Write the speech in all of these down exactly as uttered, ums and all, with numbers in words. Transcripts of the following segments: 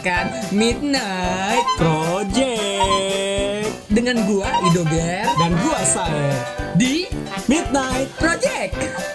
mendengarkan Midnight Project dengan gua Idoger dan gua Sae di Midnight Project.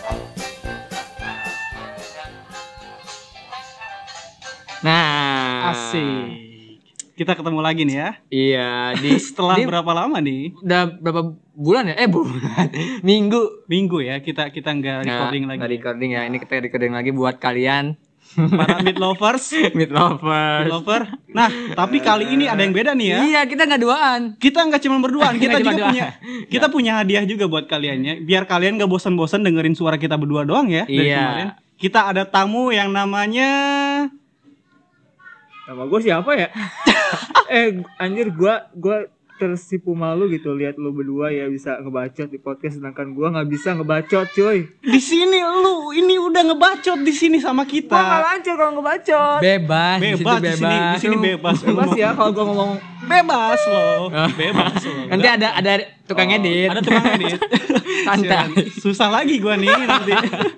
Nah, asik. Kita ketemu lagi nih ya. Iya, di Setelah di, berapa lama nih? udah berapa bulan ya? Eh, bulan. Minggu. Minggu ya. Kita kita nggak recording Nggak- lagi. nggak recording ya. Ini kita recording lagi buat kalian Para mid lovers, mid lovers. mid lover. Nah, tapi kali ini ada yang beda nih ya. Iya, kita nggak duaan. Kita nggak cuma berduaan, kita Nggak cuma juga duaan. punya kita punya hadiah juga buat kalian ya. Biar kalian nggak bosan-bosan dengerin suara kita berdua doang ya dari Iya. kemarin. Kita ada tamu yang namanya Nama gue siapa ya? eh anjir gue gue tersipu malu gitu lihat lu berdua ya bisa ngebacot di podcast sedangkan gue nggak bisa ngebacot cuy. di sini lu ini udah ngebacot di sini sama Gue nggak kita. lancar kalau ngebacot. Bebas, di situ Bebas di sini, di sini Lu- bebas. Bebas ya kalau gue ngomong Bebas loh. Bebas loh. Nanti ada ada tukang Oh, edit. Ada tukang edit. Santai. Susah lagi gua nih nanti.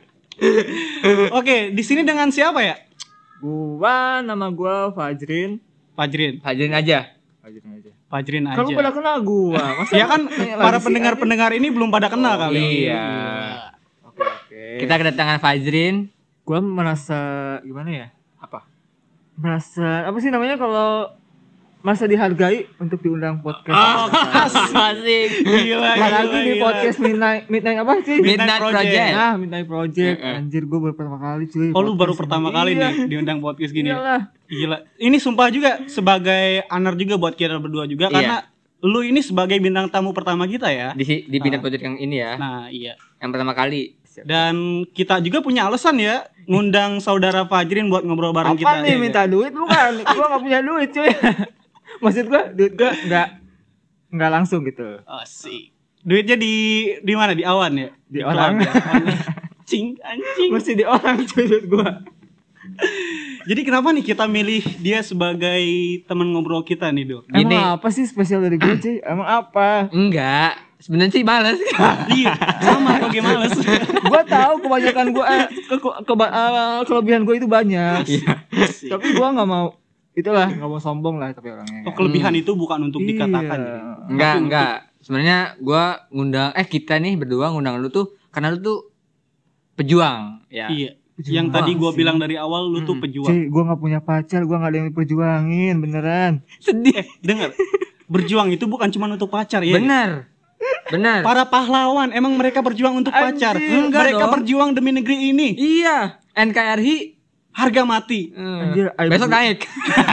Oke, di sini dengan siapa ya? gua nama gue Fajrin. Fajrin. Hajarin aja. Fajrin aja. Fajrin aja. Kalau pada kenal gue, masa Ya kan nanya para lagi sih, pendengar-pendengar ini belum pada kenal kali. Iya. anjir? Oke oke. Kita kedatangan Fajrin. gue merasa gimana ya? Apa? Merasa apa sih namanya kalau merasa dihargai untuk diundang podcast. Oh, Asik. Gila, Apalagi gila, di gila. podcast Midnight Midnight apa sih? Midnight Midnight Project. Project. Nah, Midnight Project. Eh, eh. Anjir gue baru pertama kali cuy. Oh, lu baru podcast pertama ini. kali Iya. nih diundang podcast gini. Iyalah. Gila. Ini sumpah juga sebagai honor juga buat kita berdua juga Iya. karena lu ini sebagai bintang tamu pertama kita ya. Di di Midnight Project yang ini ya. Nah, iya. Yang pertama kali. Dan kita juga punya alasan ya ngundang saudara Fajrin buat ngobrol bareng Apa kita. nih minta duit bukan? Gua enggak punya duit cuy. Maksud gua duit gua enggak enggak langsung gitu. Asik. Duitnya di di mana? Di awan ya? Di orang. Cing anjing. Mesti di orang cuy duit gua. Jadi kenapa nih kita milih dia sebagai teman ngobrol kita nih, Dok? Gini. Emang apa sih spesial dari gua cuy? Emang apa? Enggak. Sebenarnya sih males. Iya, sama kok gue males. Gua tahu kebanyakan gua eh, ke, ke, keba- eh, kelebihan gua itu banyak. Tapi gua enggak mau itulah enggak mau sombong lah tapi orangnya. Oh, kelebihan itu bukan untuk Iya. dikatakan. ya? Enggak, enggak. Sebenarnya gua ngundang eh kita nih berdua ngundang lu tuh karena lu tuh pejuang, ya. Iya. Pejuang Yang tadi gue banget sih. bilang dari awal lu tuh Hmm. pejuang. Cuy, gua enggak punya pacar, gua enggak ada yang diperjuangin beneran. Sedih. Eh, dengar. Berjuang itu bukan cuma untuk pacar ya. Benar. Benar. Para pahlawan emang mereka berjuang untuk pacar. Anjir. Enggak mereka dong. berjuang demi negeri ini. Iya. N K R I Harga mati. Anjir, aib besok gua- naik.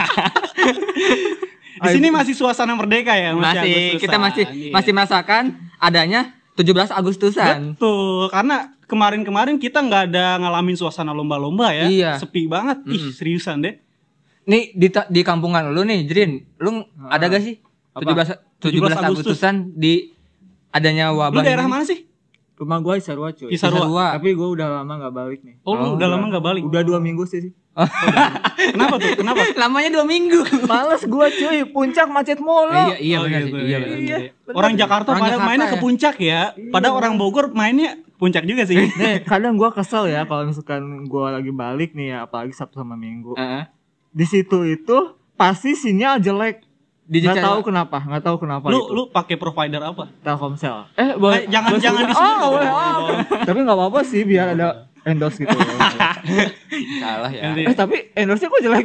Di sini masih suasana merdeka ya, Masih Agustusan. kita masih Iya. masih merasakan adanya tujuh belas Agustusan. Betul, karena kemarin-kemarin kita nggak ada ngalamin suasana lomba-lomba ya. Iya. Sepi banget. Ih, seriusan deh. Nih di ta- di kampungan lu nih, Jrin. Lu ada gak sih tujuh belas tujuh belas Agustus. Agustusan di adanya Lu wabah daerah ini? mana sih? Rumah gua di Sarua cuy. Di Sarua. Sarua. Tapi gua udah lama enggak balik nih. Oh, lu udah lama nggak balik. Udah dua minggu sih. Kenapa tuh? Kenapa? Lamanya dua minggu. Males gua cuy, puncak macet mulu. iya iya Oh, benar gitu, sih. Iya iya, benar. iya. bener. Orang Jakarta Orang pada Jakarta mainnya ya. ke puncak ya. Padahal orang Bogor mainnya puncak juga sih. Nih, kadang gua kesel ya kalau misalkan gua lagi balik nih ya, apalagi Sabtu sama Minggu. Heeh. Di situ itu pasti sinyal jelek. Di Nggak Jakarta- tahu kenapa, nggak tahu kenapa Lu itu. lu pakai provider apa? Telkomsel. Eh, boleh. Eh, jangan boleh jangan sebut- disebut. Oh, boleh. Oh. Tapi nggak apa-apa sih biar ada endorse gitu. Salah ya. Nanti- eh, tapi endorse-nya kok jelek?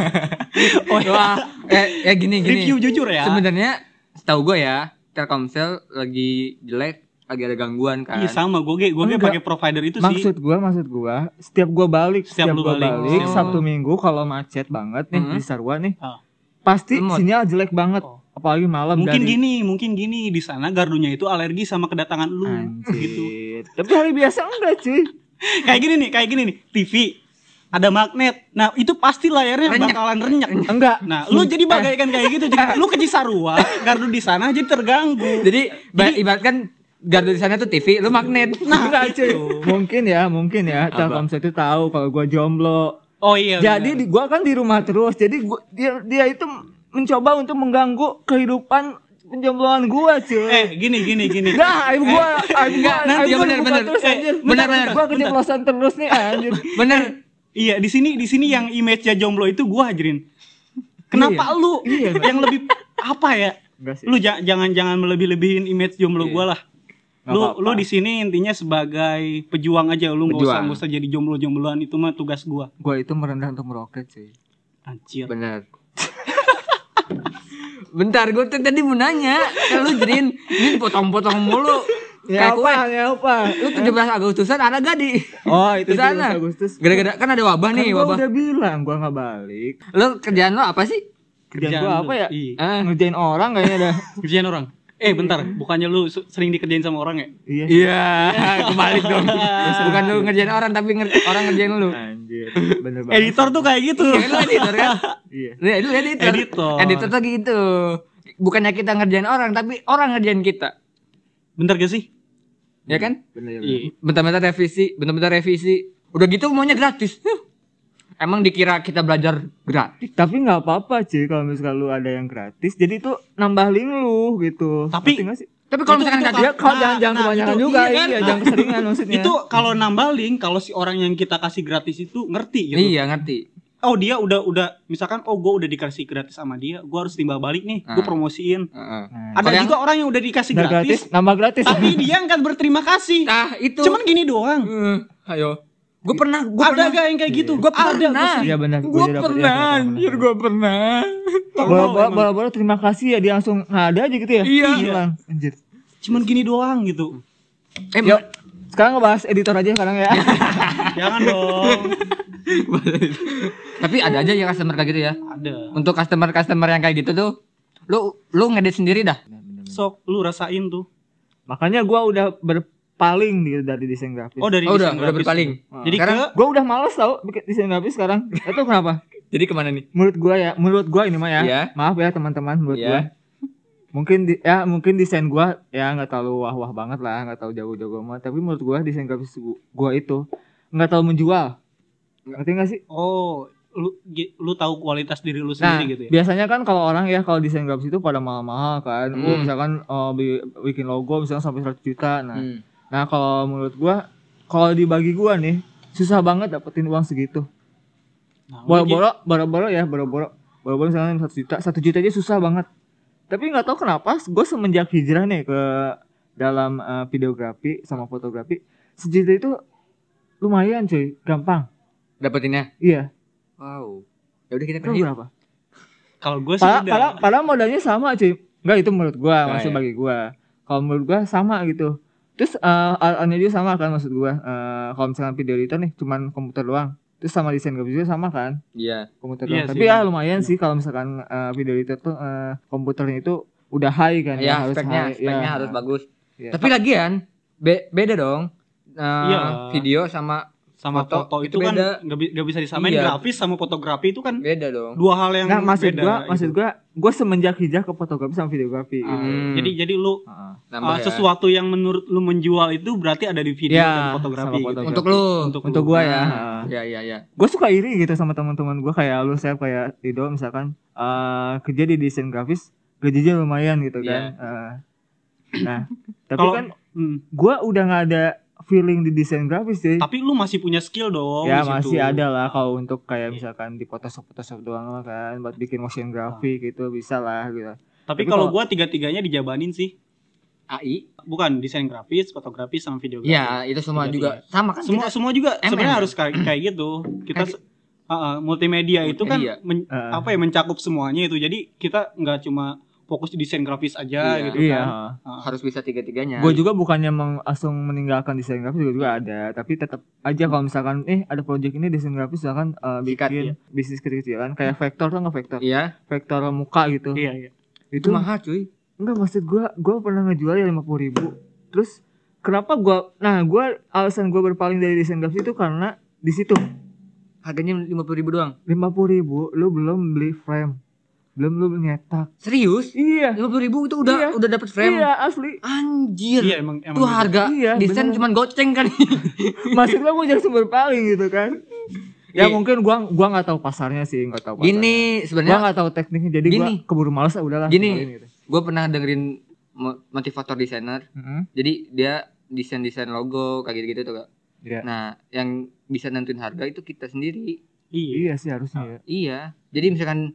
Oh, wah. Eh, ya gini gini. Review jujur ya. Sebenarnya setahu gue ya, Telkomsel lagi jelek, lagi ada gangguan kan. Iya sama, gue ge gue ge Enggak. pakai provider itu sih. Maksud gua, maksud gua, setiap gua balik, Setiap setiap, lu gua balik. balik, Oh. Sabtu Minggu kalau macet banget nih Mhm. di Sarua nih, Oh. pasti Lemot. sinyal jelek banget, Oh. apalagi malam. Mungkin dari... gini, mungkin gini di sana gardunya itu alergi sama kedatangan lu gitu. Anjir. Tapi hari biasa enggak cuy. Kayak gini nih, kayak gini nih. T V ada magnet. Nah, itu pasti layarnya Renyek. bakalan renyek. Enggak. Nah, lu jadi bagaikan kayak gitu. Jadi lu ke Cisarua, gardu di sana jadi terganggu. Jadi, ba- ibaratkan gardu di sana tuh T V, lu magnet. Nah, enggak cuy. Mungkin ya, mungkin ya Apa? Telkomsel itu tahu kalau gua jomblo. Oh iya. Jadi benar. di, gua kan di rumah terus. Jadi gua, dia dia itu mencoba untuk mengganggu kehidupan penjombloan gua cuy. eh gini gini gini. Nah, aib gua, aib gua, nanti aib gua bener, dibuka bener. terus Eh, anjir. bener, bener. Gua keceplosan terus nih anjir. Bener. Iya, di sini di sini yang image-nya jomblo itu gua Jrin. Kenapa lu Iya, yang lebih apa ya? Enggak sih. Lu ja- jangan jangan melebih-lebihin image jomblo Iya. gua lah. Nggak Lu apa-apa. lu di sini intinya sebagai pejuang aja, lu nggak usah Pejuang. nggak usah jadi jomblo-jombloan, itu mah tugas gua. Gua itu merendah untuk meroket sih. Anjir. Bener. Bentar, gue tuh tadi mau nanya. Kan lu jadiin ini potong-potong mulu. Kayak kue. Ya apa? Lu tujuh belas Agustusan ada gak di? Oh, itu Di sana. tujuh belas Agustus. Gara-gara kan ada wabah nih, Kan gua wabah. udah bilang gua nggak balik. Lu kerjaan lo apa sih? Kerjaan gua lu. apa ya? Iya. Ah, Ngerjain orang kayaknya dah. Kerjaan orang. Eh bentar, bukannya lu su- sering dikerjain sama orang ya? Iya. iya, kebalik dong. Bukan lu ngerjain orang tapi nger- orang ngerjain lu. Anjir. Bener banget. Editor tuh kayak gitu. Iya, lu editor kan? Iya. Iya, lu editor. Editor. Editor tuh gitu. Bukannya kita ngerjain orang tapi orang ngerjain kita. Bentar gak sih? Ya kan? Bener ya. Iya. Bentar-bentar revisi, bentar-bentar revisi. Udah gitu maunya gratis. Huh. Emang dikira kita belajar gratis? Tapi nggak apa-apa cuy kalau misalkan lu ada yang gratis. Jadi itu nambah link lu gitu. Tapi- Ngerti nggak sih? Tapi kalau Itu- misalkan itu gratis, Ya kalau Nah, jangan jangan nah, kebanyakan itu- juga, iya iya, kan? jangan keseringan maksudnya. Itu kalau nambah link, kalau si orang yang kita kasih gratis itu ngerti gitu. iya ngerti. Oh dia udah udah misalkan oh gue udah dikasih gratis sama dia, gue harus timbal balik nih, gue Ah. promosiin. Heeh. Nah, Ada Kalau yang- juga orang yang udah dikasih udah gratis, gratis, nambah gratis. tapi dia nggak berterima kasih. Nah, itu. Cuman gini doang. Eh, ayo. Gue pernah, gue Ada pernah. gak yang kayak gitu? Gue Ada, pernah. Iya benar. Gue pernah, anjir gue pernah. Bola-bola bola-bola terima kasih ya dia langsung nggak ada aja gitu ya. Iya. Hilang. Anjir. Cuman gini doang gitu. Eh, Yuk, sekarang ngebahas editor aja sekarang ya. Jangan dong. tapi ada aja ya customer kayak gitu ya. Ada. Untuk customer-customer yang kayak gitu tuh, lu lu ngedit sendiri dah. Sok lu rasain tuh. Makanya gua udah berpaling gitu dari desain grafis. Oh dari Oh, udah, desain udah grafis. berpaling. Jadi Sekarang- ke Gua udah males tau bikin desain grafis sekarang. Itu kenapa? Jadi kemana nih? Menurut gua ya, menurut gua ini mah ya. Iya. Maaf ya teman-teman, menurut Iya. gua. Mungkin di, ya mungkin desain gua ya nggak terlalu wah-wah banget lah, nggak terlalu jago-jago banget. Tapi menurut gua desain grafis gu- gua itu nggak terlalu menjual. Ngerti nggak sih? oh lu gi- lu tahu kualitas diri lu Nah, sendiri gitu ya. biasanya kan kalau orang ya kalau desain grafis itu pada mahal-mahal kan. Oh, Hmm. misalkan oh, bi- bikin logo misalkan sampai seratus juta. Nah, Hmm. nah kalau menurut gua kalau dibagi gua nih susah banget dapetin uang segitu. Nah, Boro-boro, boro-boro ya, boro-boro. Boro-boro misalkan satu juta, satu juta aja susah banget. Tapi nggak tahu kenapa gue semenjak hijrah nih ke dalam uh, videografi sama fotografi, sejuta itu lumayan cuy, gampang. Dapetinnya. Iya. Wow. Ya udah kita Lu kan yuk. berapa? kalau gue sih Padahal, udah. padahal, padahal modalnya sama cuy. Enggak itu menurut gua, Oh, maksud iya. bagi gua. Kalau menurut gua sama gitu. Terus uh, alatnya dia sama kan maksud gua. Uh, kalau misalkan video editor nih cuman komputer doang. Terus sama desain grafis juga sama kan? Iya. Komputer Iya doang. sih, Tapi ya bener. lumayan sih kalau misalkan uh, video editor tuh uh, komputernya itu udah high kan Ya, harus speknya, high. speknya Ya. harus bagus. Iya. Tapi lagian be- beda dong. Eh, Iya. Video sama sama foto, foto, itu itu, kan beda. nggak bi- nggak bisa disamain. Iya. Grafis sama fotografi itu kan beda dong. dua hal yang Nah, maksud beda gua, gitu. maksud gua, gua semenjak hijrah ke fotografi sama videografi. Ah, gitu. Hmm. Jadi jadi lu Heeh. Nambah uh, ya. sesuatu yang menurut lu menjual itu berarti ada di video Ya, dan fotografi. sama gitu. fotografi. Untuk lu. Untuk, Untuk lu. gua ya. Nah, heeh. Ya ya ya. Gue suka iri gitu sama teman-teman gue kayak lu saya kayak Rido misalkan uh, kerja di desain grafis gajinya lumayan gitu kan. Uh, nah, tapi Kalau kan hmm, gue udah nggak ada feeling di desain grafis sih. tapi lu masih punya skill dong Ya di situ. masih ada lah kalau untuk kayak misalkan di Photoshop Photoshop doang lah kan buat bikin motion graphic gitu bisa lah gitu. Tapi Tapi kalau kalau- gua tiga-tiganya dijabanin sih. A I. Bukan desain grafis, fotografi sama videografi. Ya, itu semua Tiga-tiga. juga sama kan semua kita. semua juga M M sebenarnya ya? harus kayak kayak gitu. Kita Kayak- se- uh, uh, multimedia itu kan Multimedia. men- Uh. apa ya mencakup semuanya itu. Jadi kita nggak cuma fokus di desain grafis aja Iya. gitu Iya. kan. Harus bisa tiga-tiganya. Gue juga bukannya meng- langsung meninggalkan desain grafis juga, juga ada, tapi tetap aja kalau misalkan eh ada project ini desain grafis misalkan uh, Sikat, bikin bisnis kecil-kecilan kayak vektor tuh nggak vektor, Iya. vektor muka gitu. Iya, iya. Itu mahal cuy. Enggak maksud gue, gue pernah ngejual ya lima puluh ribu. Terus kenapa gue, nah gue alasan gue berpaling dari desain grafis itu karena di situ Harganya lima puluh ribu doang. lima puluh ribu lu belum beli frame, belum lu nyetak. Serius? Iya, lima puluh ribu itu udah Iya. udah dapat frame. iya asli. Anjir. Iya emang emang Itu gitu. harga Iya, desain bener. cuma goceng kan. Maksud gue gue jadi berpaling gitu kan. Ya Iya. mungkin gua gua nggak tahu pasarnya sih, nggak tahu. pasarnya. Gini, Gua sebenarnya nggak tahu tekniknya, jadi Gini. gua keburu malas ah udahlah. Gini. tinggalin gitu. gue pernah dengerin mo- motivator desainer. Heeh. Jadi dia desain-desain logo kayak gitu-gitu tuh, Kak. Iya. Nah, yang bisa nentuin harga itu kita sendiri. Iya. Iya sih harusnya ya. Iya. Jadi misalkan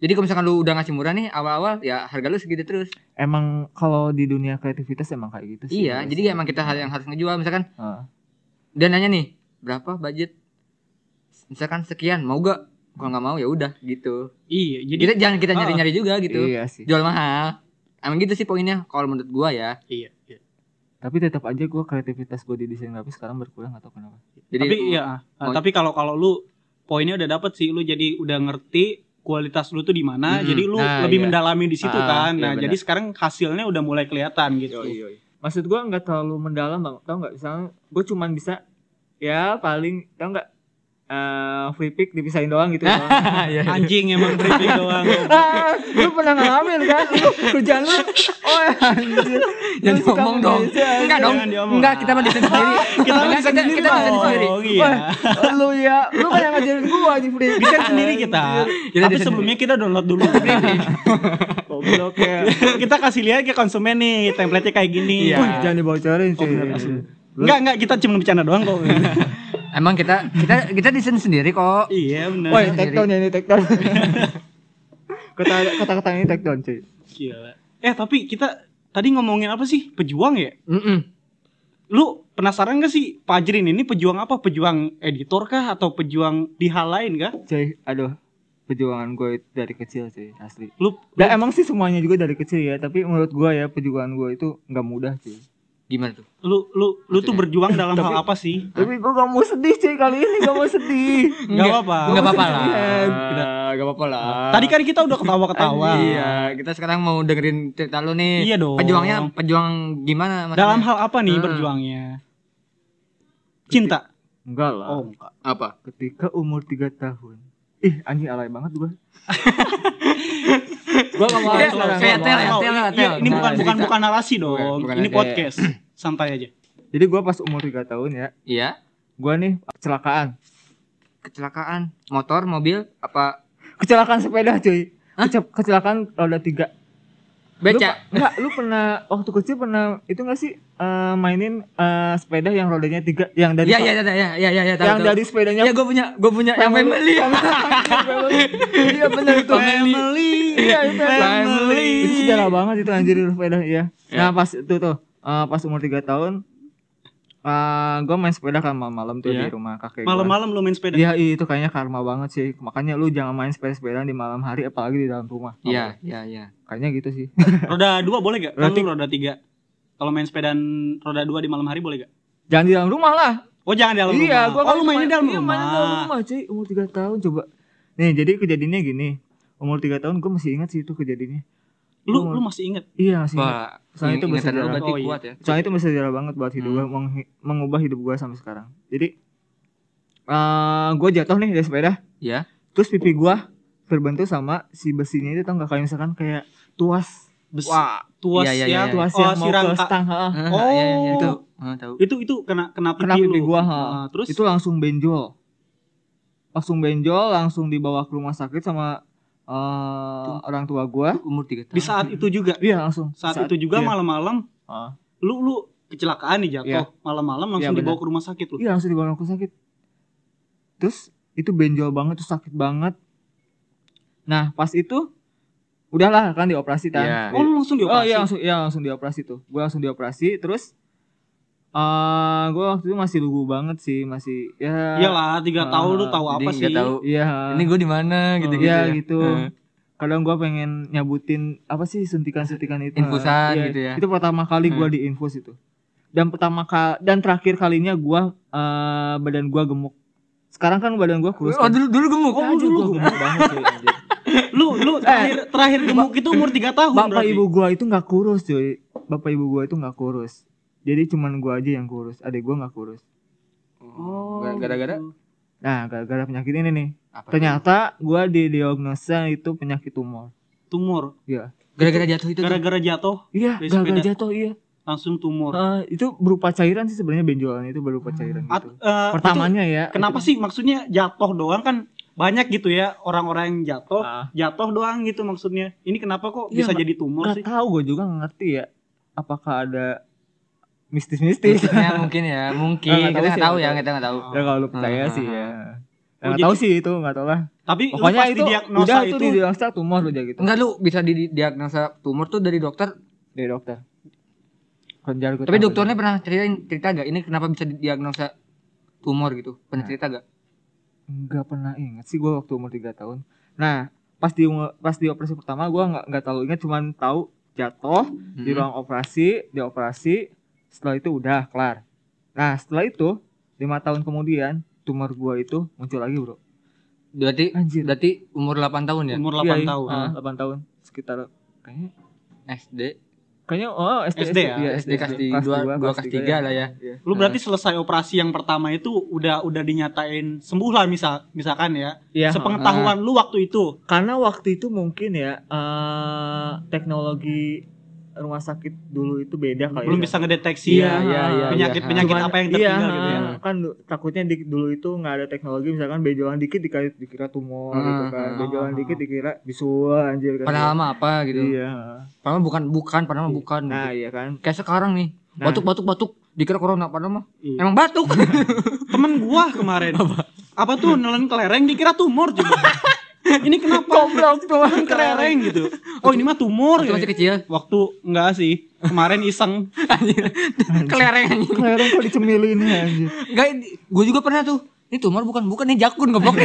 Jadi kalau misalkan lu udah ngasih murah nih awal-awal ya harga lu segitu terus. Emang kalau di dunia kreativitas emang kayak gitu sih. Iya, jadi emang kita hal yang harus ngejual misalkan. Ah. Dia nanya nih, berapa budget? Misalkan sekian, mau gak? Kalau nggak mau ya udah gitu. Iya, jadi Kita jangan kita nyari-nyari juga gitu. Iya sih. Jual mahal. Emang gitu sih poinnya kalau menurut gua ya. iya, iya. Tapi tetap aja gue kreativitas gue di desain grafis sekarang berkurang atau kenapa? Jadi Tapi iya, ah, mau- tapi kalau kalau lu poinnya udah dapet sih, lu jadi udah ngerti kualitas lu tuh di mana, Mm-mm. jadi lu Nah, lebih iya. mendalami di situ Ah, kan. iya, Nah, benar. jadi sekarang hasilnya udah mulai kelihatan gitu. Maksud gue nggak terlalu mendalam bang, tau nggak? Misalnya gue cuman bisa ya paling tau nggak eh free pick dipisahin doang gitu. doang. Iya. Anjing emang briefing doang. Ah, lu pernah ngalamin kan? Lu, kerjaan lu, oh anjir. Jangan Lu suka ngomong dong. Indonesia, Enggak anjir. dong. Jangan diomong. Enggak, kita mah desain sendiri. Kita Enggak, bisa sendiri kita desain dong. sendiri. Iya. Wah, lu ya, lu kan yang ngajarin gua di free. Bisa sendiri kita. Kita Tapi desain sebelumnya kita download dulu. Goblok ya. Kita kasih lihat ke konsumen nih, template-nya kayak gini. Iya. Wih, jangan dibocorin Oh, sih. bener, asli. Enggak, enggak, kita cuma bercanda doang kok. Emang kita kita kita desain sendiri kok. Iya, benar. Woi, take down ya ini take down. Kata kata-kata ini take down cuy. Gila. Eh, tapi kita tadi ngomongin apa sih? Pejuang ya? Mm-mm. Lu penasaran gak sih Pak Ajrin ini pejuang apa? Pejuang editor kah atau pejuang di hal lain kah? Cuy, aduh. Perjuangan gue itu dari kecil cuy, asli. Lu Dan emang sih semuanya juga dari kecil ya, tapi menurut gue ya perjuangan gue itu nggak mudah cuy. Gimana tuh? lu lu lu tuh Maksudnya? berjuang dalam Tapi- hal apa sih? Tapi gue gak mau sedih cuy, kali ini gak mau sedih. Enggak apa-apa. Enggak apa-apa lah. Kita gak apa-apa lah. Tadi kan kita udah ketawa-ketawa. Iya, kita sekarang mau dengerin cerita lu nih. Iya dong. Pejuangnya pejuang gimana maksudnya? Dalam hal apa nih Hmm. berjuangnya? Cinta. Enggak lah. Oh, enggak. apa? Ketika umur tiga tahun. Ih, anjing alay banget gue. Gue gak mau Kayak- sekarang, kayak gua tel mau. ya, Oh, tel, iya, tel. ini Nah, bukan bukan cerita. bukan narasi dong. Bukan, bukan Ini narasi. podcast. Santai aja. Jadi gue pas umur tiga tahun ya, Iya. gue nih kecelakaan. Kecelakaan motor, mobil, apa Kecelakaan sepeda cuy. Kece- kecelakaan roda tiga. beca? Lu, enggak, lu pernah waktu kecil pernah itu enggak sih eh, mainin eh, sepeda yang rodanya tiga, yang dari Iya, iya, iya, iya, iya, iya, iya, tahu, yang tahu. dari sepedanya Iya, gue punya, gue punya yang family. Iya benar itu. Family. Iya itu Family. Itu sejarah banget itu anjir itu sepeda iya. Nah pas itu tuh eh, pas umur tiga tahun eh gue main sepeda kan malam-malam tuh Iya. di rumah kakek gua. Malam-malam lu main sepeda. Iya itu kayaknya karma banget sih. Makanya lu jangan main sepeda-sepedaan di malam hari apalagi di dalam rumah. Iya, iya, iya. Kayaknya gitu sih. Roda dua boleh gak? Kan Berarti- lu roda tiga. Kalau main sepedaan roda dua di malam hari boleh gak? Jangan di dalam rumah lah. Oh, jangan di dalam Iya, rumah. gua oh, lu mainnya di dalam iya, rumah. main di dalam rumah, cuy. Umur tiga tahun coba. Nih, jadi kejadiannya gini. Umur tiga tahun gue masih ingat sih itu kejadiannya. Lu Gua- lu masih inget? Iya, masih ingat. Wah, Soalnya itu ingatan lu bersejarah. berarti Oh, iya. kuat ya. Soalnya itu bersejarah banget buat hidup Hmm. gue, meng- mengubah hidup gue sampai sekarang. Jadi eh gue jatuh nih dari sepeda, Iya. terus pipi gue terbentuk sama si besinya itu tau nggak kayak misalkan kayak tuas, Bes- Wah, tuas iya, iya, ya. iya. tuas Oh, yang si mau ke rangka. stang, heeh. Ah, Oh. iya, iya, iya, itu. Ah, tahu. Itu itu kena kena pipi, Kena pipi lu. gua, ha. Nah, terus Itu langsung benjol, langsung benjol, langsung dibawa ke rumah sakit sama eh, orang tua gue. Umur tiga tahun. di saat itu juga. Iya langsung. Saat, itu juga iya. malam-malam Ah. lu lu kecelakaan nih jatuh. Iya. Malam-malam langsung Iya, dibawa benar. ke rumah sakit lu. Iya langsung dibawa ke rumah sakit. Terus itu benjol banget, tuh sakit banget. Nah pas itu udahlah kan dioperasi kan. Iya. Oh, lu langsung Oh dioperasi. iya langsung iya langsung dioperasi tuh. Gue langsung dioperasi terus eh gue waktu itu masih lugu banget sih, masih ya Iyalah, tiga Ah, tahun lu tahu Jadi apa nggak sih? tahu. iya. Ini gue di mana gitu gitu. Iya ya. gitu. Eh. Kadang gue pengen nyabutin apa sih suntikan-suntikan itu. Infusan Iya, gitu ya. Itu pertama kali gue Hmm. diinfus itu. Dan pertama kali dan terakhir kalinya gue eh, badan gue gemuk. Sekarang kan badan gue kurus. Oh, kan. dulu dulu gemuk. Oh, dulu gue gemuk banget cuy. anjir. Lu lu terakhir terakhir gemuk itu umur tiga tahun Bapak berarti. ibu gua itu nggak kurus cuy. Bapak ibu gua itu nggak kurus. Jadi cuman gua aja yang kurus. Adek gua nggak kurus. Oh, gara-gara Nah gara-gara penyakit ini nih. apa? Ternyata gua didiagnosa itu penyakit tumor. tumor. Iya. Gara-gara jatuh itu. tuh. Gara-gara jatuh Iya. Dari Gara-gara sepeda. jatuh iya. langsung tumor. Eh, itu berupa cairan sih sebenarnya benjolan itu berupa cairan At- gitu. eh, Pertamanya ya. itu kenapa itu- sih maksudnya jatuh doang kan banyak gitu ya orang-orang yang jatuh, Ah. jatuh doang gitu maksudnya. Ini kenapa kok Iya, bisa nggak- jadi tumor Nggak sih? tahu gua juga nggak ngerti ya. Apakah ada mistis-mistis? Ya mungkin ya, mungkin. Nggak tahu Kita sih, nggak tahu nggak ya, tahu. kita nggak tahu. Ya kalau lu percaya Ah, sih ah, ya. Oh, Nggak jadi- tahu sih itu, nggak tahu lah. Tapi lu Pokoknya pas itu didiagnosa udah itu itu didiagnosa tumor udah gitu. Enggak, lu bisa didiagnosa tumor tuh dari dokter. Dari dokter. Kerja Tapi dokternya pernah ceritain cerita gak ini kenapa bisa didiagnosa tumor gitu? Pernah Nah. cerita gak? Nggak pernah ingat sih gue waktu umur tiga tahun. Nah, pas di pas di operasi pertama gue nggak nggak terlalu ingat, cuman tahu jatuh di Hmm. ruang operasi, di operasi, setelah itu udah kelar. Nah, setelah itu lima tahun kemudian tumor gue itu muncul lagi, bro. Berarti Anjir. berarti umur delapan tahun ya? umur Iya, delapan iya. tahun. Ah, delapan tahun sekitar kayaknya S D. kayaknya oh S D, S D ya? iya, S D kelas tiga, dua, dua kelas tiga lah ya. Iya. Lu berarti selesai operasi yang pertama itu udah udah dinyatain sembuh lah misal misalkan ya. Iya, Sepengetahuan lu waktu itu. karena waktu itu mungkin ya eh, teknologi rumah sakit dulu itu beda kali Belum ya. bisa ngedeteksi Iya, iya, iya, penyakit-penyakit Cuman- apa yang iya, tertinggal gitu ya. ah, kan du- takutnya di, dulu itu nggak ada teknologi, misalkan benjolan dikit dikira, dikira tumor gitu kan, Ah, benjolan ah, dikit ah. dikira bisul anjir kan. Padahal mah apa gitu? Iya. Padahal bukan bukan, padahal mah bukan. Nah gitu. iya kan. Kayak sekarang nih, Nah. batuk batuk batuk dikira corona padahal mah Iya. emang batuk. Temen gua kemarin apa, tuh nelen kelereng dikira tumor juga. Ini kenapa Goblok tuh nelen kelereng gitu. Oh ini mah tumor Waktu ya. masih kecil. Waktu enggak sih. Kemarin iseng. Kelereng anjing. Kelereng kok dicemilin ya anjir. Enggak, gue juga pernah tuh. Ini tumor bukan bukan nih jakun goblok.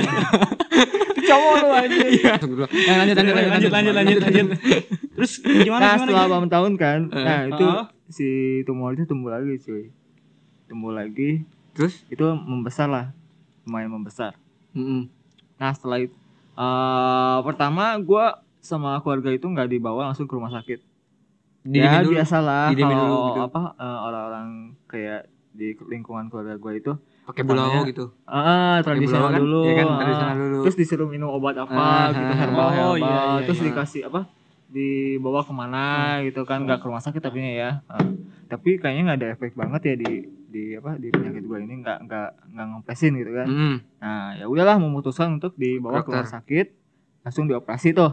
Cowok lu anjir. Nah, lanjut lanjut lanjut lanjut lanjut lanjut. Terus gimana Nah gimana? setelah gimana? enam tahun kan, Eh. nah itu Ah. si tumor itu tumbuh lagi cuy. Tumbuh lagi, Terus? itu membesar lah, lumayan membesar. Mm-mm. Nah setelah itu eh pertama gue sama keluarga itu nggak dibawa langsung ke rumah sakit. Didiemin Ya dulu. biasalah Didiemin kalau dulu gitu. apa eh, orang-orang kayak di lingkungan keluarga gue itu Pakai pertamanya- bulau gitu. ah tradisional bulau kan? dulu, Iya kan, ah, tradisional dulu. terus disuruh minum obat apa Ah, gitu, ah, herbal oh, herbal, iya, iya, terus iya. dikasih apa, dibawa kemana gitu kan, nggak ke rumah sakit tapi ya. Ah, tapi kayaknya nggak ada efek banget ya di di apa di penyakit gue ini, nggak nggak nggak ngempesin gitu kan. Mm-mm. Nah ya udahlah memutuskan untuk dibawa ke Dokter. rumah sakit, langsung dioperasi tuh.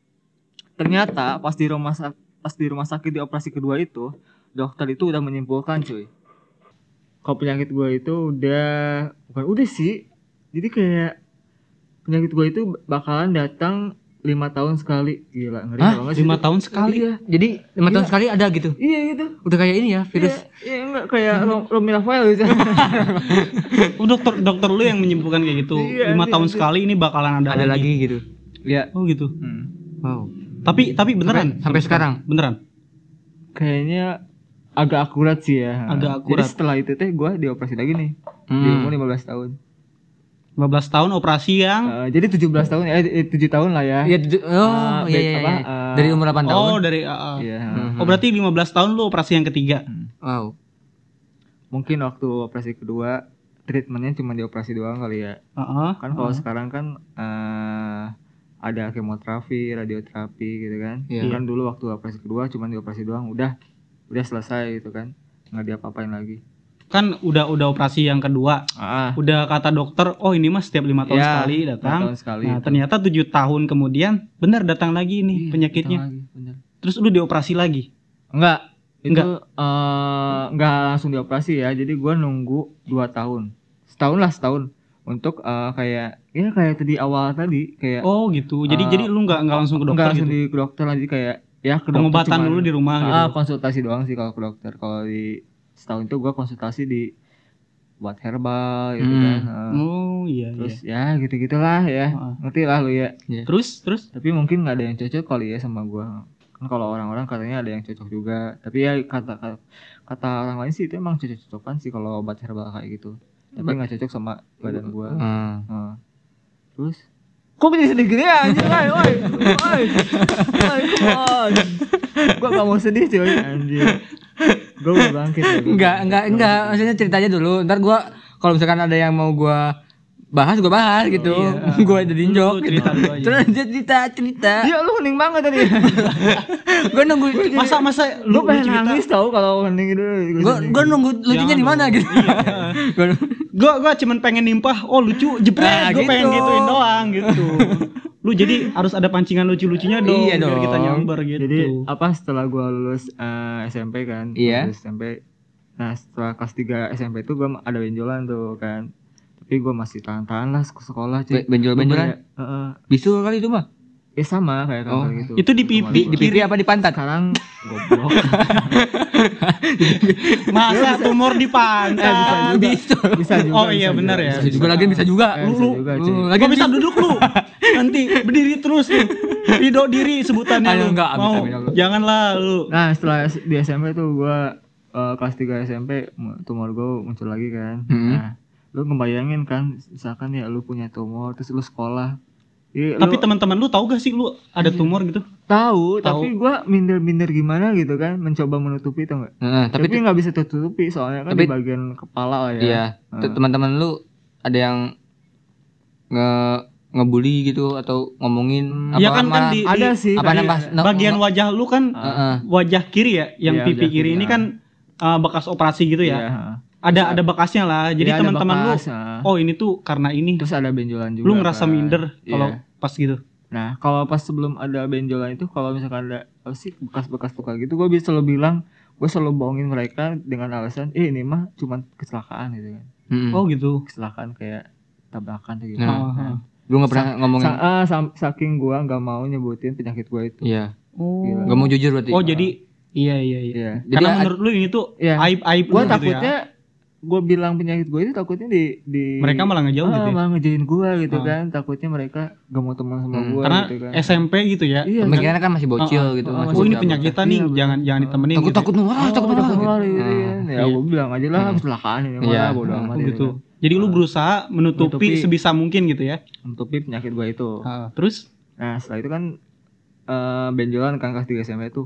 Ternyata pas di rumah sak- pas di rumah sakit dioperasi kedua itu, dokter itu udah menyimpulkan cuy, kalau penyakit gue itu udah bukan udah sih, jadi kayak penyakit gue itu bakalan datang lima tahun sekali. Gila ngeri Hah? banget sih Lima itu. tahun sekali. Iya, Jadi lima tahun Iya. sekali ada gitu. iya gitu. Udah kayak ini ya virus. Iya, iya enggak kayak Rom- Romi Rafael gitu. Oh, dokter dokter lu yang menyimpulkan kayak gitu. Iya, Lima anjing, tahun anjing. sekali ini bakalan ada, Ada lagi gitu. Iya. Oh gitu. Hmm. Wow. Tapi tapi beneran Sampai sekarang? Beneran. Kayaknya agak akurat sih ya. Agak akurat. Jadi setelah itu teh gue dioperasi lagi nih di Hmm. umur lima belas tahun. lima belas tahun operasi yang Eh, jadi tujuh belas tahun eh eh, tujuh tahun lah ya. Iya, ju- oh Ah, iya bed- iya. apa, iya. eh, Dari umur delapan tahun. Oh, dari uh, uh. Iya. Hmm. Oh, berarti lima belas tahun lu operasi yang ketiga. Wow. Mungkin waktu operasi kedua treatmentnya cuma dioperasi doang kali ya. Heeh. Kan kalau sekarang kan eh, ada kemoterapi, radioterapi gitu kan. Iya. Kan dulu waktu operasi kedua cuma dioperasi doang, udah udah selesai gitu kan. Nggak diapa-apain lagi. Kan udah udah operasi yang kedua. Ah, Udah kata dokter, oh ini mah setiap lima tahun ya, sekali lima datang. tahun sekali Nah, itu. ternyata tujuh tahun kemudian benar datang lagi nih Iya, penyakitnya. datang lagi, bener. Terus lu dioperasi lagi. Enggak, itu Enggak. eh, enggak langsung dioperasi ya. Jadi gua nunggu dua tahun. Setahun lah setahun untuk eh, kayak ya kayak tadi awal tadi kayak Oh gitu. Jadi Eh, jadi lu nggak nggak langsung ke dokter enggak langsung gitu. di ke dokter lagi kayak ya ke dokter Pengobatan cuman- dulu di rumah gitu. Ah, konsultasi doang sih kalau ke dokter. Kalau di setahun itu gua konsultasi di buat herbal gitu Hmm. kan. Eh, Oh iya terus iya. ya gitu-gitulah ya. Ah. Ngerti lah lu ya. Terus terus Tapi mungkin nggak ada yang cocok kali ya sama gua. Kan kalau orang-orang katanya ada yang cocok juga. Tapi ya kata kata, kata orang lain sih itu emang cocok-cocokan sih kalau obat herbal kayak gitu. Tapi nggak cocok sama badan gua. Hmm. Nah. Terus kok jadi sedih gini ya anjir, woi woi woi woi come on. Gua gak mau sedih cuy anjir. Gua udah bangkit ya, gua Enggak, bangkit. enggak, enggak. Maksudnya ceritanya dulu. Ntar gua kalau misalkan ada yang mau gua bahas, gua bahas gitu. iya. Gua jadiin Lu jok gitu. cerita dulu aja. Terus dia cerita, cerita. Iya lu hening banget tadi. Gua nunggu masa masa Lu lu, lu pengen cerita. nangis tau kalau hening gitu. gua gua nunggu lucunya Jangan di mana dong. gitu. Gua- Gua gua cuman pengen nimpah, oh lucu jebret, Nah, gua pengen gitu. gituin doang gitu. Lu jadi harus ada pancingan lucu-lucunya dong, Iya biar dong. kita nyamber gitu. Jadi apa setelah gua lulus eh, S M P kan, Iya. lulus S M P. Nah setelah kelas tiga S M P itu gua ada benjolan tuh kan. Tapi tapi gue masih tahan-tahan lah ke sekolah cuy. Be- benjol-benjolan? Gua kayak, Heeh. Bisul kali itu mah. Ya sama kayak Oh. kakak gitu. Itu di pipi, Di pipi apa di pantat? Sekarang goblok. Masa tumor di pantat? Bisa. Bisa juga. Oh iya bisa benar juga. ya. Bisa juga lagi bisa juga. Eh, Lu bisa lu juga, lu cuy. lagi Gak bisa duduk lu. Nanti berdiri terus lu. Ridho diri sebutannya Ayo, lu. enggak, amit, Mau amit, amit. janganlah lu. Nah setelah S- di S M P tuh gue uh, kelas tiga S M P mu- tumor gue muncul lagi kan. Hmm. Nah lu ngebayangin kan misalkan ya lu punya tumor terus lu sekolah. Iya, Tapi lu teman-teman lu tahu gak sih lu ada tumor gitu? tahu, Tahu. tapi gue minder-minder gimana gitu kan, mencoba menutupi tau nggak? Heeh, tapi Tapi nggak bisa tertutupi soalnya kan tapi- di bagian kepala lah ya. iya, T- teman-teman lu ada yang nge ngebully gitu atau ngomongin Iya kan kan malah- di, Ada di sih. apa tapi- namanya no- bagian wajah lu kan Heeh. wajah kiri ya, yang Iya, pipi wajah kiri kiri, ini ya. kan uh, bekas operasi gitu ya. Iya. Ada ada bekasnya lah. Jadi Iya, ada teman-teman lu, bekas, nah. oh ini tuh karena ini. Terus ada benjolan juga. Lu ngerasa kan. minder kalau Iya. pas gitu. Nah, kalau pas sebelum ada benjolan itu, kalau misalkan ada apa sih bekas-bekas luka gitu, gue bisa selalu bilang, gue selalu bohongin mereka dengan alasan, eh ini mah cuma kecelakaan gitu kan, Mm-mm. Oh gitu. kecelakaan kayak tabrakan kayak gitu. Nah. Oh, Nah, Lu nggak pernah ngomongin. sa- ah, sam- saking gue nggak mau nyebutin penyakit gue itu. Iya. Oh. Gila. Gak mau jujur berarti. Oh jadi iya iya iya. Iya. Jadi Karena a- menurut lu ini tuh Iya. aib aib Gue lu takutnya, gitu ya. gue bilang penyakit gue itu takutnya di, di Mereka malah ngejauh ah, gitu ya. malah ngejauhin gue gitu Ah. kan, takutnya mereka gak mau teman sama Hmm. gue Karena gitu kan. S M P gitu ya. Iya, Pemikirannya kan masih bocil Ah, ah, gitu. ah, masih Oh ini bocah-bocah. penyakitan nih, Iya, bener. jangan jangan ditemenin Takut gitu. takut nular, Oh, takut nular. nular gitu Ah. kan. Ya Iya. gue bilang aja lah Hmm. kecelakaan ini Iya. mah bodo Ah, amat Oh, gitu. gitu. Jadi lu berusaha menutupi, Menutupi. sebisa mungkin gitu ya. Menutupi penyakit gue itu. Ah, terus Nah setelah itu kan eh, benjolan kan kelas tiga S M P tuh.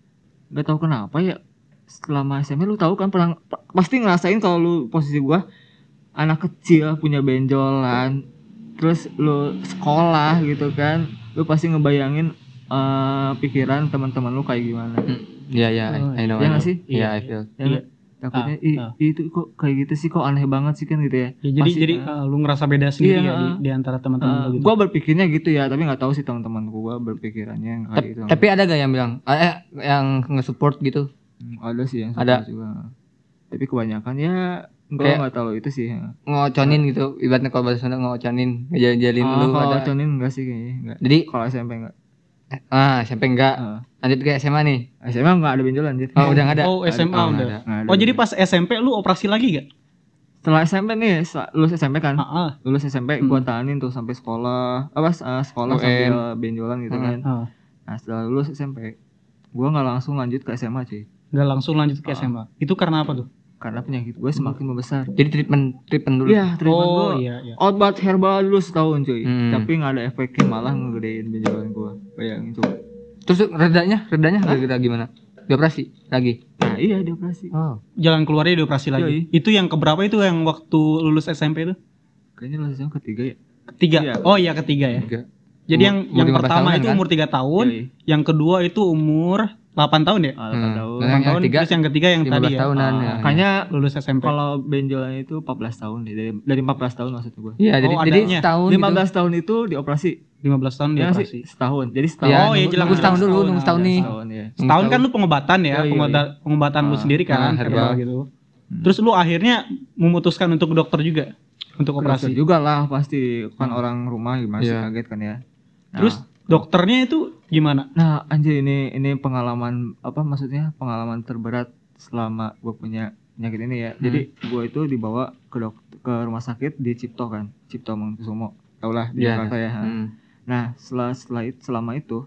Gak tahu kenapa ya selama S M P lu tahu kan pernah pa- pasti ngerasain kalau lu posisi gua anak kecil punya benjolan terus lu sekolah gitu kan lu pasti ngebayangin eh, pikiran teman-teman lu kayak gimana. Iya iya, Oh, I know. iya I know. nggak sih? Iya, Iya, I feel. Ya Iya. nggak? Takutnya Ah, ih, ah. ih, itu kok kayak gitu sih, kok aneh banget sih kan gitu ya. ya, jadi Pasti, jadi ah. ah, lu ngerasa beda sendiri Iya, ya di, ah. di antara teman-teman Eh, lu gitu. gua berpikirnya gitu ya, tapi nggak tahu sih teman-teman gua berpikirannya kayak Tap- gitu. Tapi ada gak yang bilang ah, eh yang nge-support gitu? Hmm, ada sih yang Ada. suka juga. Tapi kebanyakan ya gua Kayak- nggak tahu itu sih. Ngoconin gitu. Ibaratnya kalau bahasa Sunda ngoconin, ngejalin Ah, lu kalau ada. Conin enggak sih kayaknya, enggak. Jadi Kalau S M P enggak. ah, S M P enggak. Heeh. Lanjut ke S M A nih. S M P enggak ada benjolan anjir. Oh, udah nggak ada. Oh, S M A Oh, udah. nggak ada. Nggak ada. Oh, jadi pas S M P lu operasi lagi gak? Setelah S M P nih, setelah lulus S M P kan. Ah, ah. Lulus S M P gua tahanin tuh sampai sekolah. Apa eh, sekolah U M. sambil benjolan gitu Hmm. kan. Ah. Nah, setelah lulus S M P, gua nggak langsung lanjut ke S M A cuy. Nggak langsung lanjut ke Ah. S M A. Itu karena apa tuh? Karena penyakit gue semakin membesar. Jadi treatment treatment dulu. Iya, treatment Oh, gua iya iya. obat herbal dulu setahun cuy. Hmm. Tapi nggak ada efeknya, malah ngegedein benjolan gua. Bayangin coba. Terus redanya, redanya gara-gara gimana? Dioperasi lagi. Nah, iya dioperasi. Oh. Jalan keluarnya dioperasi lagi. Yoi. Itu yang keberapa itu yang waktu lulus S M P itu? Kayaknya lulus S M P ketiga ya. Ketiga. Iya. Oh iya ketiga ya. Enggak. Jadi Umur- yang umur yang lima belas pertama tahunan itu kan? umur tiga tahun, Yoi. yang kedua itu umur delapan tahun ya? Ah, Hmm. delapan tahun. Nah, delapan yang tahun, ketiga terus yang ketiga yang lima tadi belas ya. tahunan. Ah, ya. makanya Lulus S M P. kalau benjolan itu empat belas tahun deh. Dari, dari empat belas tahun maksud gue. Iya, jadi Oh, jadi adanya. setahun lima gitu. belas tahun itu dioperasi. lima belas tahun Ya dioperasi. sih, setahun. Jadi setahun. Iya, Oh, iya, nunggu- jelas. nunggu setahun dulu, Setahun, nunggu setahun ah, nih. Setahun ya. Setahun kan lu pengobatan ya, Yoi, yoi. pengobatan, pengobatan lu Ah, sendiri kan, ah, herbal. herbal gitu. Terus lu akhirnya memutuskan untuk ke dokter juga untuk Operasi operasi. juga lah pasti kan Hmm. orang rumah gimana sih Iya. kaget kan ya. Nah, Terus dokternya itu gimana? nah anjir ini ini pengalaman apa maksudnya pengalaman terberat selama gue punya penyakit ini ya. Jadi gue itu dibawa ke dok ke rumah sakit di Cipto kan, Cipto Mangunkusumo. Tau lah di Iya. Jakarta ya. Hmm. Nah setelah setelah itu, selama itu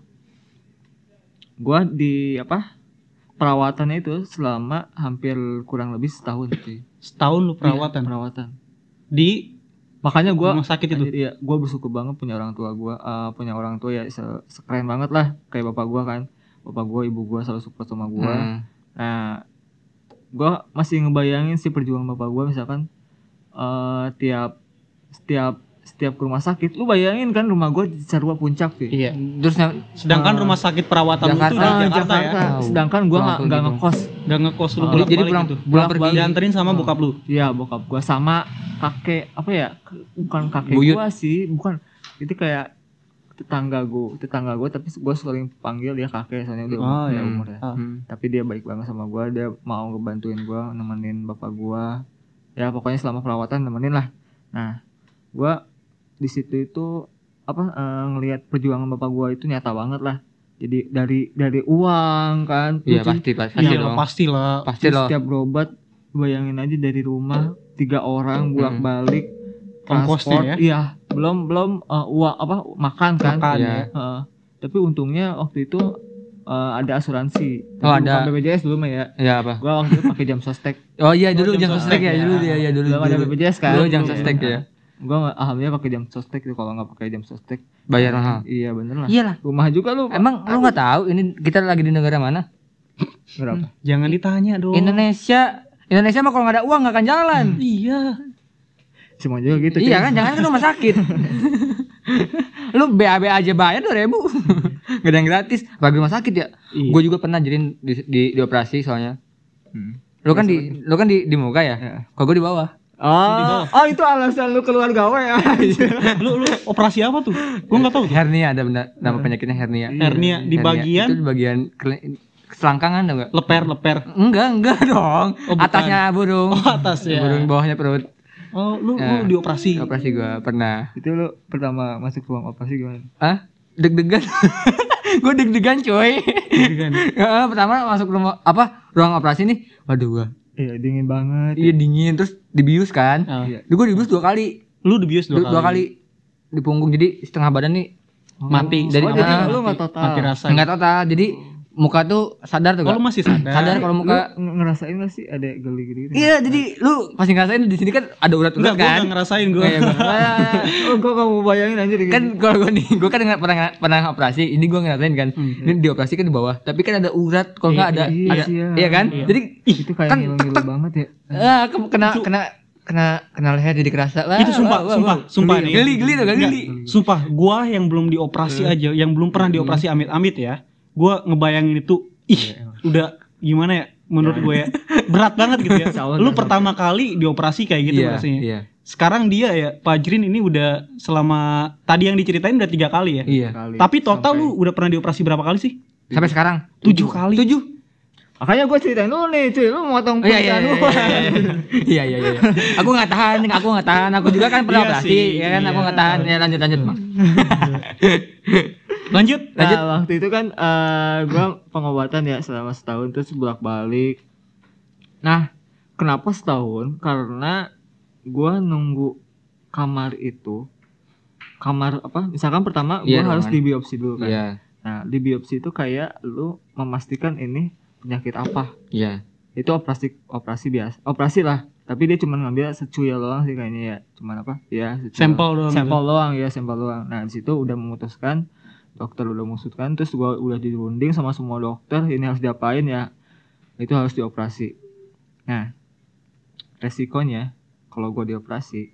gue di apa perawatannya itu selama hampir kurang lebih setahun cuy. Setahun lu Iya, perawatan perawatan. di Makanya gue rumah sakit itu. Iya, gue bersyukur banget punya orang tua gue, uh, punya orang tua ya se- sekeren banget lah kayak bapak gue kan, bapak gue, ibu gue selalu support sama gue. Hmm. Nah, gue masih ngebayangin sih perjuangan bapak gue misalkan uh, tiap setiap setiap ke rumah sakit, lu bayangin kan rumah gue di Sarua Puncak sih. Iya. Terus yang- Sedangkan Ah. rumah sakit perawatan lu Jakarta. tuh di Ah, Jakarta, ya. Wow. Sedangkan gue Pulang nggak pergi nggak dong. ngekos. Udah ngekos lu Ah, bolak jadi balik pulang- gitu. pulang pergi. Dianterin sama Ah. bokap lu. Iya bokap gue sama kakek apa ya? Bukan kakek Buyut. gue sih, bukan. Itu kayak tetangga gue, tetangga gue tapi gue sering panggil dia kakek soalnya udah Oh, udah iya. umur ya. Ah. Hmm. Tapi dia baik banget sama gue, dia mau ngebantuin gue, nemenin bapak gue, ya pokoknya selama perawatan nemenin lah. Nah Gua di situ itu apa eh, ngelihat perjuangan bapak gua itu nyata banget lah. Jadi dari dari uang kan. Iya Terus pasti pasti Iya dong. pastilah. Pasti terus loh. setiap berobat bayangin aja dari rumah tiga orang bolak-balik Ongkosnya ya. Iya, belum belum eh, uang apa makan kan. Makan Iya. ya. Heeh. Tapi untungnya waktu itu eh, ada asuransi. Oh, Tapi ada. bukan B P J S dulu mah ya. Ya apa? Gua waktu itu pakai jam sostek. Oh iya dulu Oh, jam jam sostek sostek ya, ya. dulu dia ya dulu. Belum ada dulu. B P J S kan. Dulu jam Iya. sostek ya. Gua nggak- alhamdulillah pakai jam sostek itu, kalau nggak pakai jam sostek Bayar mahal. Iya bener lah. Iyalah. Rumah juga lu. Pak. Emang lu nggak tahu ini kita lagi di negara mana? berapa? Jangan ditanya dong. Indonesia. Indonesia mah kalau nggak ada uang nggak akan jalan. Iya. Semua juga gitu. Iya cuy. kan, jangan ke rumah sakit. Lu B A B aja bayar dua ribu. Gak ada yang gratis. Bagi rumah sakit ya. Iya. Gue juga pernah jadi di, di, di operasi soalnya. Hmm. Lu kan di lu kan di, di muka ya. Iya. Kalau gue di bawah. Oh, oh itu alasan lu keluar gawe ya. Lu lu operasi apa tuh? Gua enggak tahu. Hernia ada benar nama penyakitnya hernia. Hernia di bagian Itu di bagian kele- selangkangan dong enggak? leper-leper. Enggak, enggak dong. Oh, bukan. Atasnya burung. Oh, atas ya. Burung bawahnya perut. Oh, lu Ya. lu dioperasi. Operasi gua pernah. Itu lu pertama masuk ruang operasi gimana? Hah? Deg-degan. Gue deg-degan coy. Deg-degan. Heeh, pertama masuk rumah apa? Ruang operasi nih. Waduh gua. Iya dingin banget. Iya dingin terus dibius kan. Ah. Iya. Duh, gue dibius dua kali. Lu dibius dua, Dua, dua kali di punggung, jadi setengah badan nih Mati. Dari oh, jadi mana? lu nggak total. Mati rasa. enggak total. Jadi muka tuh sadar tuh Oh, gak? lu masih sadar. Sadar kalau muka. Lu ng- ngerasain gak sih ada geli gitu? Iya, jadi lu pasti ngerasain di sini kan ada urat-urat Enggak, gua kan. enggak ngerasain gua. Iya, gua- Oh, gua kamu bayangin aja gitu. kan kalau gue nih, gue kan nggak pernah pernah operasi. Ini gue ngerasain kan. Ini dioperasi kan di bawah, tapi kan ada urat. Kalau nggak ada, iya, ada, iya. iya kan? Iya. Jadi itu kayak kan ngilu-ngilu banget ya. ah, ke- kena kena kena kena leher jadi kerasa. Wah, Itu sumpah, wah, wah, sumpah, wah. sumpah Geli, nih. geli, geli tuh, Enggak, geli. Sumpah, gua yang belum dioperasi aja, yang belum pernah dioperasi amit-amit ya. Gua ngebayangin itu, ih, udah gimana ya? Menurut gue ya, berat banget gitu ya. Lu pertama kali dioperasi kayak gitu Iya, rasanya. iya. Sekarang dia ya, Pak Jrin ini udah selama tadi yang diceritain udah tiga kali ya. Iya. Kali. Tapi total Sampai- lu udah pernah dioperasi berapa kali sih? Sampai sekarang Tujuh kali. Tujuh. Makanya gue ceritain dulu nih, cuy, lu motong Iya iya pernikahan iya lu. iya iya iya. Aku nggak tahan, aku nggak tahan. Aku juga kan pernah Iya operasi, sih, ya kan? Aku iya. nggak tahan. Ya lanjut lanjut bang. Lanjut. Lanjut. Nah, waktu itu kan eh gua pengobatan ya selama setahun terus bolak-balik. Nah, kenapa setahun? Karena gua nunggu kamar itu. Kamar apa? Misalkan pertama gua Iya, harus ruangan. di biopsi dulu kan. Iya Nah, di biopsi itu kayak lu memastikan ini penyakit apa. iya. Itu operasi operasi biasa. Operasi lah. Tapi dia cuma ngambil secuil doang sih kayaknya ya. Cuman apa? Ya, secuil. Sampel doang. Sampel doang ya, sampel doang. Nah, di situ udah memutuskan, dokter udah memutuskan, terus gua udah dirunding sama semua dokter, ini harus diapain ya. Itu harus dioperasi. Nah, resikonya kalau gua dioperasi,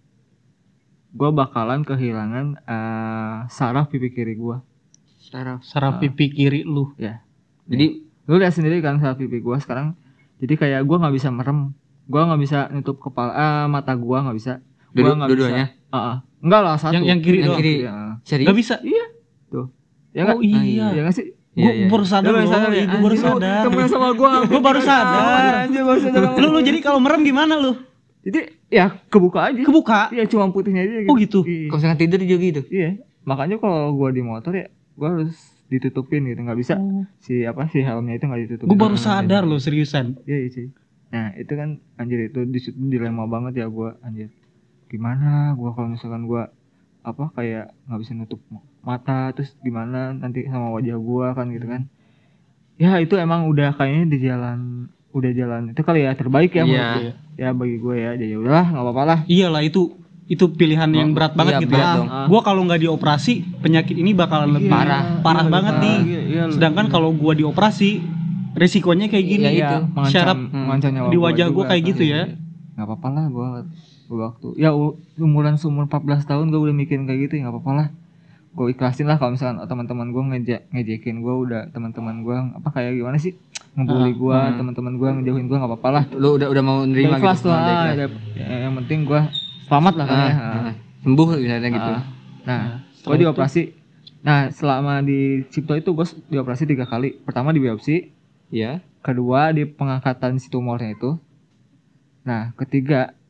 gua bakalan kehilangan eh, saraf pipi kiri gua. Saraf. Saraf pipi kiri lu. Ya. Jadi Lu lihat sendiri kan saraf pipi gua sekarang. Jadi kayak gua nggak bisa merem. Gua nggak bisa nutup kepala eh, mata gua nggak bisa. Gua Dua- nggak dua-duanya? bisa. Heeh. Enggak lah satu. Yang yang kiri Yang doang. kiri. Iya. serius? Gak bisa. Ya Oh nggak? iya. Ya nggak sih? Iya, Gua iya. baru sadar Lu loh. sadar ya? Gue baru Anjing, lu sadar. temen sama gua. Gua baru sadar. Anjir, baru sadar. Lu lu jadi kalau merem gimana lu? Jadi ya kebuka aja. Kebuka. Iya, cuma putihnya aja Oh gitu. Iya. kalau misalkan tidur juga gitu. Iya. Makanya kalau gua di motor ya gua harus ditutupin gitu, nggak bisa si apa si helmnya itu nggak ditutupin. Gue baru sadar loh seriusan. Iya, iya sih. Nah, itu kan anjir itu di situ dilema banget ya gua anjir. Gimana gua kalau misalkan gua apa kayak nggak bisa nutup mata, terus gimana nanti sama wajah gua kan gitu kan. Ya itu emang udah kayaknya di jalan udah jalan itu kali ya terbaik ya Iya. menurut gue. Ya bagi gue ya. Jadi udahlah nggak apa-apa lah. Iyalah itu itu pilihan yang berat banget iya, gitu berat ya. dong. Gua kalau nggak dioperasi penyakit ini bakalan lebih Parah. parah Iya, banget lebih nih. parah. Iya, iya, Sedangkan kalau gua dioperasi resikonya kayak gini. Iya, itu. mengancam- Syaraf mengancam nyawa di gua wajah gua juga kayak kan. gitu ya. Nggak apa-apa lah gua gua waktu ya u- umuran seumur empat belas tahun gua udah mikirin kayak gitu ya nggak apa-apa lah. Gue ikhlasin lah kalau misalkan teman-teman gue ngejek ngejekin gue udah teman-teman gue apa kayak gimana sih ngebully gue Hmm. teman-teman gue ngejauhin gue nggak apa-apa lah. Lu udah udah mau nerima Udah ikhlas gitu. lah. Udah ikhlas. Udah- ya, yang penting gue selamat lah kan Ah, ya. ah. Sembuh misalnya gitu. Ah. Nah, setelah gue dioperasi. Nah, selama di Cipto itu gue dioperasi tiga kali. Pertama di biopsi, Iya. kedua di pengangkatan si tumornya itu. Nah, ketiga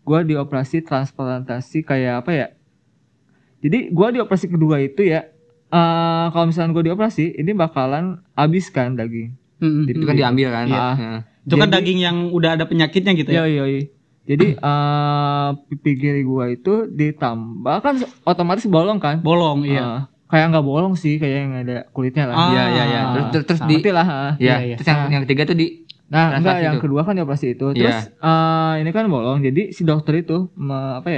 gue dioperasi transplantasi kayak apa ya? Jadi gue dioperasi kedua itu ya, uh, kalau misalnya gue dioperasi, ini bakalan habis kan daging. Mm-mm. Itu kan diambil kan. Iya. Heeh. Itu kan Jadi- daging yang udah ada penyakitnya gitu ya. Iya iya iya. Jadi uh, pipi kiri gue itu ditambah kan otomatis bolong kan? Bolong, iya. Uh, kayak nggak bolong sih, kayak yang ada kulitnya lah. Ah. Iya iya iya. Terus terus, terus Nah, di ngerti lah. ah. ya, Iya, iya. terus yang yang ketiga tuh di Nah, Translasi enggak yang itu. kedua kan dioperasi itu. Terus Iya. eh, ini kan bolong. Jadi si dokter itu me- apa ya?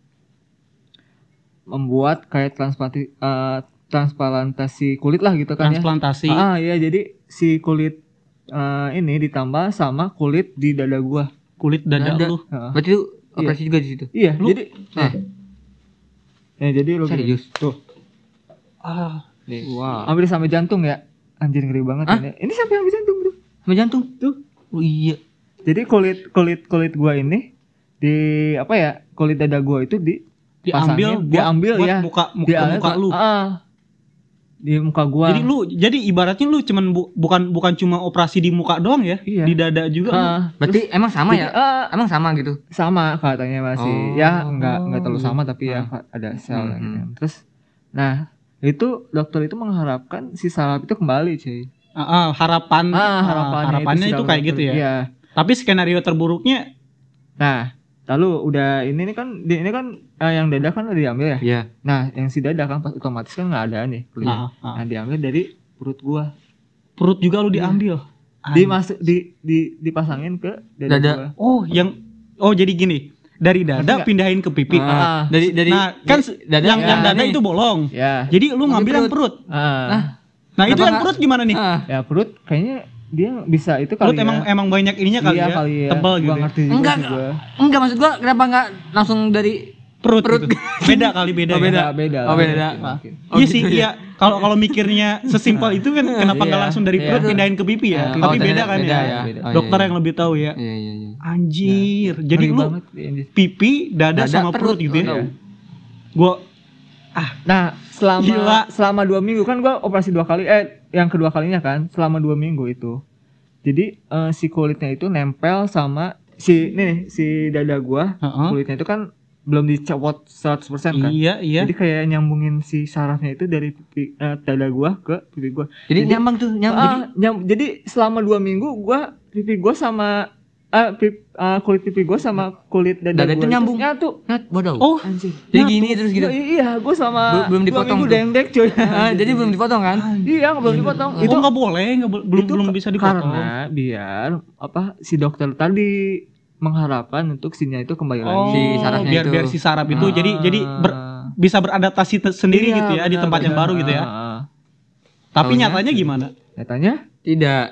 Membuat kayak transplantasi eh, transplantasi kulit lah gitu kan ya. Transplantasi. Ah iya, jadi si kulit eh, ini ditambah sama kulit di dada gua. Kulit dada Dada. lu. Heeh. berarti itu operasi juga di situ. Iya, Lu- jadi Eh, ya jadi lu gini. serius. Tuh, Ah, Wow. hampir sampai jantung ya. Anjir ngeri banget Hah? ini. Ini sampai sampai jantung, Bro. Sama jantung. Tuh. Oh iya. Jadi kulit kulit kulit gua ini di apa ya? Kulit dada gua itu di diambil pasangin, buat, diambil buat ya. muka muka, Di muka lu. Ah, di muka gua. Jadi lu jadi ibaratnya lu cuman bu- bukan bukan cuma operasi di muka doang ya, Iya. di dada juga. lu. Ah, Berarti emang sama jadi, ya? ah, Emang sama gitu. sama katanya masih. Oh. Ya enggak enggak terlalu sama tapi ya Ah. ada sel Hmm, gitu. hmm. Terus nah, itu dokter itu mengharapkan si saraf itu kembali, cuy. Ah, ah, harapan Ah, ah, harapannya, harapannya si itu dokter. kayak gitu ya. Iya. Tapi skenario terburuknya Nah, lalu udah ini nih kan di- ini kan eh, yang dada kan udah diambil ya. Iya. Nah, yang si dada kan pas otomatis kan nggak ada nih kulitnya. ah, ah. Nah, diambil dari perut gua. perut juga lu diambil. Dimasuk di di dipasangin ke dada, Dada. gua. Oh, yang oh jadi gini. Dari dada Ngerti nggak? pindahin ke pipi. Ah. Dari dari Nah, kan dari- dada yang yang ya, dada nih. itu bolong. Ya. Jadi lu Yang ngambil di yang perut. Ah. Nah, itu Kenapa yang nggak- perut gimana nih? Ah. Ya perut kayaknya dia bisa itu kali Perut emang ya. emang banyak ininya kali Iya ya. kali ya. Tebal Gua gitu. ya. ngerti juga Enggak, sih gua. Enggak maksud gua kenapa enggak langsung dari Perut, Perut. gitu. Beda kali beda. Oh, ya. beda. beda. Oh, lah, beda. mungkin, Ah. mungkin. Oh, Iya gitu sih, ya? iya. Kalau kalau mikirnya sesimpel itu kan kenapa nggak Iya, langsung dari iya. perut pindahin ke pipi ya? Ah. Tapi Oh, beda ternyata kan beda ya. ya. Beda. Oh, iya, Dokter iya. yang lebih tahu ya. Iya iya iya. Anjir. Jadi Ngeri lu banget, anjir. pipi, dada, Dada, sama perut, perut, gitu ya. Iya. Gua Nah, selama Gila. selama dua minggu kan gua operasi dua kali eh yang kedua kalinya kan selama dua minggu itu. Jadi eh, si kulitnya itu nempel sama si nih nih, si dada gua. Heeh. Kulitnya itu kan belum dicopot seratus persen kan. Iya, iya. Jadi kayak nyambungin si sarafnya itu dari pipi, eh, dada gua ke pipi gua. Jadi, Jadi- nyambang tuh, nyambang. Ah, nyam- jadi selama dua minggu gua pipi gua sama ah, pip- ah, kulit pipi gua sama kulit dada, Dada gua itu nyambung. nyatu. Nyat, bodoh. Oh, Anjir. Jadi gini terus gitu. Gua- iya, gua sama Belum- belum dua dipotong minggu tuh. dendek cuy. Ah, jadi belum dipotong kan? Iya, belum dipotong. itu Itu nggak boleh, nggak bo- belum itu belum ke- bisa dipotong. Karena biar apa si dokter tadi mengharapkan untuk sinya itu kembali Oh, lagi. Si sarafnya biar itu. biar si saraf itu Ah. jadi jadi ber- bisa beradaptasi te- sendiri Iya, gitu ya di benar, tempat yang benar. baru gitu ya. Ah, Tapi Taunya- nyatanya gimana? Nyatanya Tidak.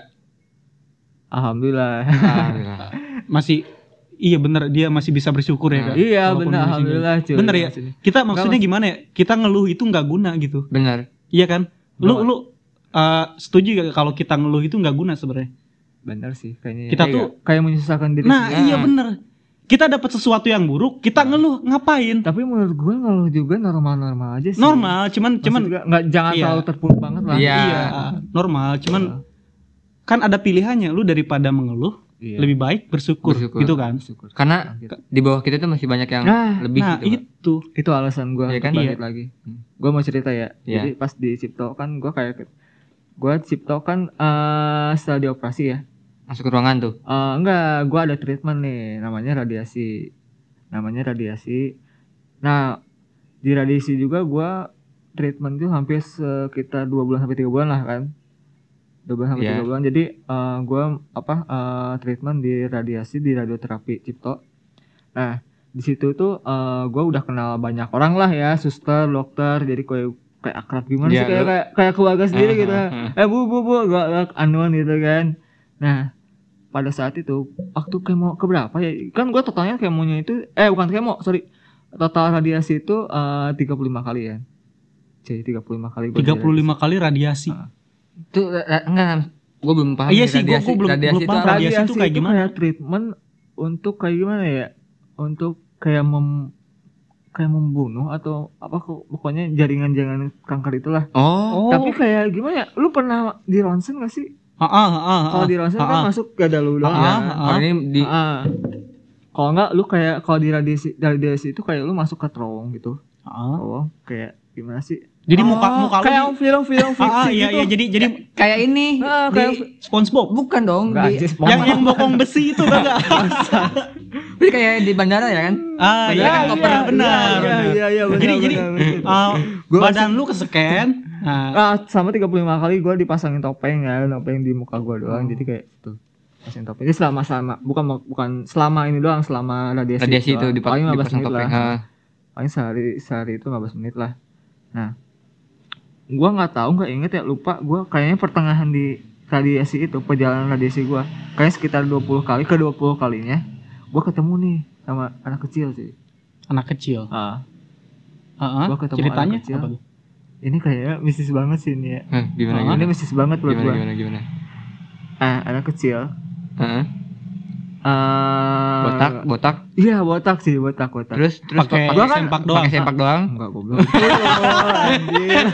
alhamdulillah. Alhamdulillah. Masih iya bener dia masih bisa bersyukur ya kan. Iya, Walaupun benar kondisinya- alhamdulillah cuy. Bener ya. Maksudnya. Kita maksudnya Nggak, gimana ya? Kita ngeluh itu nggak guna gitu. Benar. Iya kan? Lu Nggak. lu uh, setuju gak kalau kita ngeluh itu nggak guna sebenarnya? Benar sih kayaknya. Kita Kayak- tuh- kayak menyusahkan diri Nah, sendiri. iya bener. Kita dapat sesuatu yang buruk, kita ngeluh ngapain? Tapi menurut gue ngeluh juga normal-normal aja sih. Normal, cuman Maksud cuman juga nggak jangan iya. terlalu terpuruk banget lah. Iya. iya, normal, cuman kan ada pilihannya. Lu daripada mengeluh, Iya. lebih baik bersyukur, Bersyukur. gitu kan? Bersyukur. Karena Gitu. di bawah kita tuh masih banyak yang Nah, lebih Nah, gitu. Pak. itu. Itu alasan gue Iya untuk kan? bangkit Iya. lagi. Gue mau cerita ya. Iya. Jadi pas di Cipto kan gue kayak gue Cipto kan eh, setelah dioperasi ya. Masuk ke ruangan tuh. Eh, enggak, gue ada treatment nih, namanya radiasi. Namanya radiasi. Nah, di radiasi juga gue treatment tuh hampir sekitar dua bulan sampai tiga bulan lah kan. dua bulan sampai Iya. tiga bulan. Jadi eh, gue apa eh, treatment di radiasi di radioterapi Cipto. Nah, di situ tuh eh, gue udah kenal banyak orang lah ya, suster, dokter, jadi kayak kayak akrab gimana Iya, sih kayak lu- kayak kayak keluarga sendiri Ah, gitu. ah, ah. Eh bu bu bu gak, gak anuan gitu kan. Nah, pada saat itu waktu kemo keberapa ya? Kan gue totalnya kemonya itu eh bukan kemo, sorry. Total radiasi itu eh, tiga puluh lima kali ya. Jadi tiga puluh lima kali gua tiga puluh lima kali radiasi. Ah. Itu ra- enggak gue belum paham. Iya nih, sih, gua- radiasi- gua belum- radiasi belum itu paham apa? radiasi itu kayak gimana? Kayak treatment untuk kayak gimana ya? Untuk kayak mem kayak membunuh atau apa kok- pokoknya jaringan-jaringan kanker itulah. Oh. Tapi kayak gimana ya? Lu pernah di ronsen gak sih? Ah, ah, ah, ah, Kalau di ronsen ah, kan ah. masuk ke dada lu doang Ah, ya. ah, Kalau ini di Ah. Kalau enggak lu kayak kalau di radiasi radiasi itu kayak lu masuk ke terowong gitu. Ah. Oh, kayak gimana sih? Jadi Oh, muka muka lu Kayak di- film-film fiksi Ah, iya gitu. iya jadi jadi Kayak ini Ah, di kayak- SpongeBob. bukan dong Enggak, di, anjir, Yang yang bokong besi itu kan enggak? di kayak di bandara ya kan? Ah iya, Bener kan, iya, koper? benar. Iya, benar. iya, iya, benar. Jadi jadi benar, benar. ah, Gua badan lu ke-scan. Nah, Ah, sama tiga puluh lima kali gue dipasangin topeng ya, topeng di muka gue doang. Jadi kayak tuh pasang topeng. Ini selama selama bukan bukan selama ini doang, selama radiasi. Radiasi itu doang. dipa- paling lima belas dipasang menit topeng. lah. Ah. Paling sehari sehari itu lima belas menit lah. Nah, gua nggak tahu nggak inget ya, lupa gua kayaknya pertengahan di radiasi itu, perjalanan radiasi gua kayaknya sekitar dua puluh kali, ke dua puluh kalinya gua ketemu nih sama anak kecil sih. anak kecil. Ah, Heeh. Gua ketemu Ceritanya anak kecil. apa tuh? ini kayaknya mistis banget sih ini ya. Hah, gimana Ah. gimana? Ini mistis banget buat Gimana gua. gimana gimana? Ah, anak kecil. Heeh. Ah, Botak, botak. Iya, botak sih, botak, botak. Terus terus Pakai pakai kan- sempak doang. pakai sempak doang. Enggak goblok. Oh, anjir.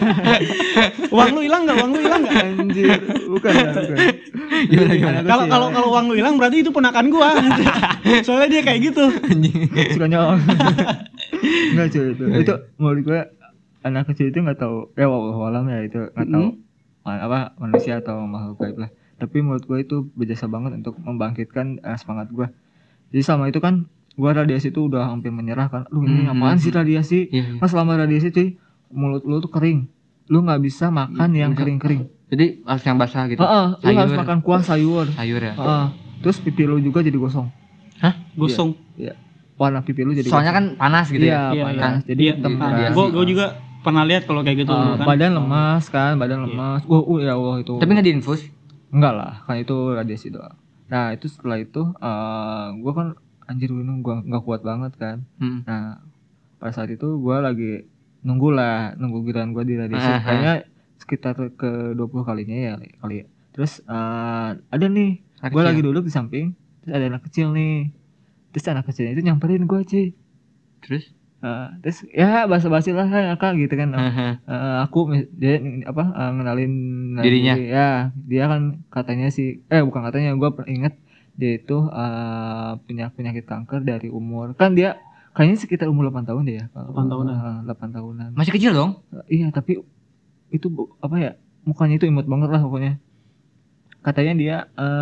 Uang lu hilang enggak? Uang lu hilang enggak? Anjir, bukan, bukan. Gimana gimana? Anak Kalau kecil. kalau kalau uang lu hilang berarti itu ponakan gua. Soalnya dia kayak gitu. suka nyolong. Enggak cuy itu. Itu menurut gue anak kecil itu nggak tahu ya wallahu alam ya itu nggak tahu ma- apa manusia atau makhluk gaib lah. Tapi menurut gue itu berjasa banget untuk membangkitkan eh, semangat gue. Jadi selama itu kan gue radiasi itu udah hampir menyerah kan. Lu ini Hmm, apaan hmm, sih radiasi? Iya, iya. Mas selama radiasi cuy mulut lu tuh kering. Lu nggak bisa makan yang Bisa. kering-kering. Jadi harus yang basah gitu. Heeh, lu Sayur. harus makan kuah sayur. Sayur ya. Heeh. Terus pipi lu juga jadi gosong. Gosong. Iya. Warna pipi lu jadi Soalnya gosong. kan panas gitu Iya, ya. Iya, panas. iya. Jadi Iya, hitam iya, kan. iya. Gua gua juga pernah lihat kalau kayak gitu Ah, dulu kan. badan lemas kan, badan lemas. Wah, uh, ya Allah itu. Tapi nggak diinfus. enggak lah, kan itu radiasi doang. Nah, itu setelah itu eh gua kan anjir ini gua enggak kuat banget kan. Hmm. Nah, pada saat itu gua lagi nunggu lah, nunggu giliran gua di radiasi. Aha. Kayaknya sekitar ke dua puluh kalinya ya kali ya. Terus eh ada nih, Anak gua kecil. lagi duduk di samping, terus ada anak kecil nih. Terus anak kecilnya itu nyamperin gua, cuy. Terus? Eh, terus ya basa-basi lah "Hai, Kak," gitu kan. Aha. Eh, aku mis- dia ng- apa eh, ngenalin Dirinya. diri. Ya dia kan katanya sih eh bukan katanya gue inget dia itu eh, punya penyakit kanker dari umur kan dia kayaknya sekitar umur delapan tahun deh ya. delapan tahunan. Eh, delapan tahunan. Masih kecil dong? Eh, iya tapi itu bu- apa ya mukanya itu imut banget lah pokoknya. Katanya dia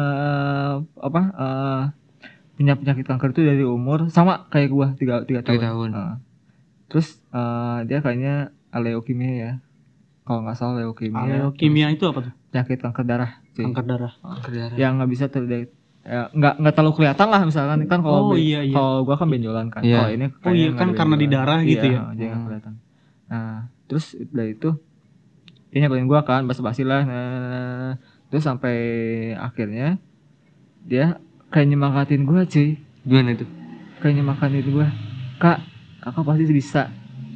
eh apa eh, punya penyakit kanker itu dari umur sama kayak gua tiga tiga tahun. Tiga tahun. Eh, terus eh, dia kayaknya leukemia ya. Kalau nggak salah leukemia. Leukemia itu apa tuh? Penyakit kanker darah. cuy. Kanker darah. Yang nggak bisa terdeteksi. Ya, nggak nggak terlalu kelihatan lah misalkan kan kalau Oh, be- iya, iya. kalau gua kan benjolan kan. Iya. Kalau ini Oh kayaknya iya nggak kan ada karena di benjolan. darah gitu Iya, ya. Dia nggak Hmm. kelihatan. Nah, terus dari itu dia nyamperin gua kan basa-basi lah. Nah, nah, nah, nah. Terus sampai akhirnya dia kayak nyemangatin gua cuy. Gimana itu? Kayak nyemangatin gua. Kak, kakak pasti bisa.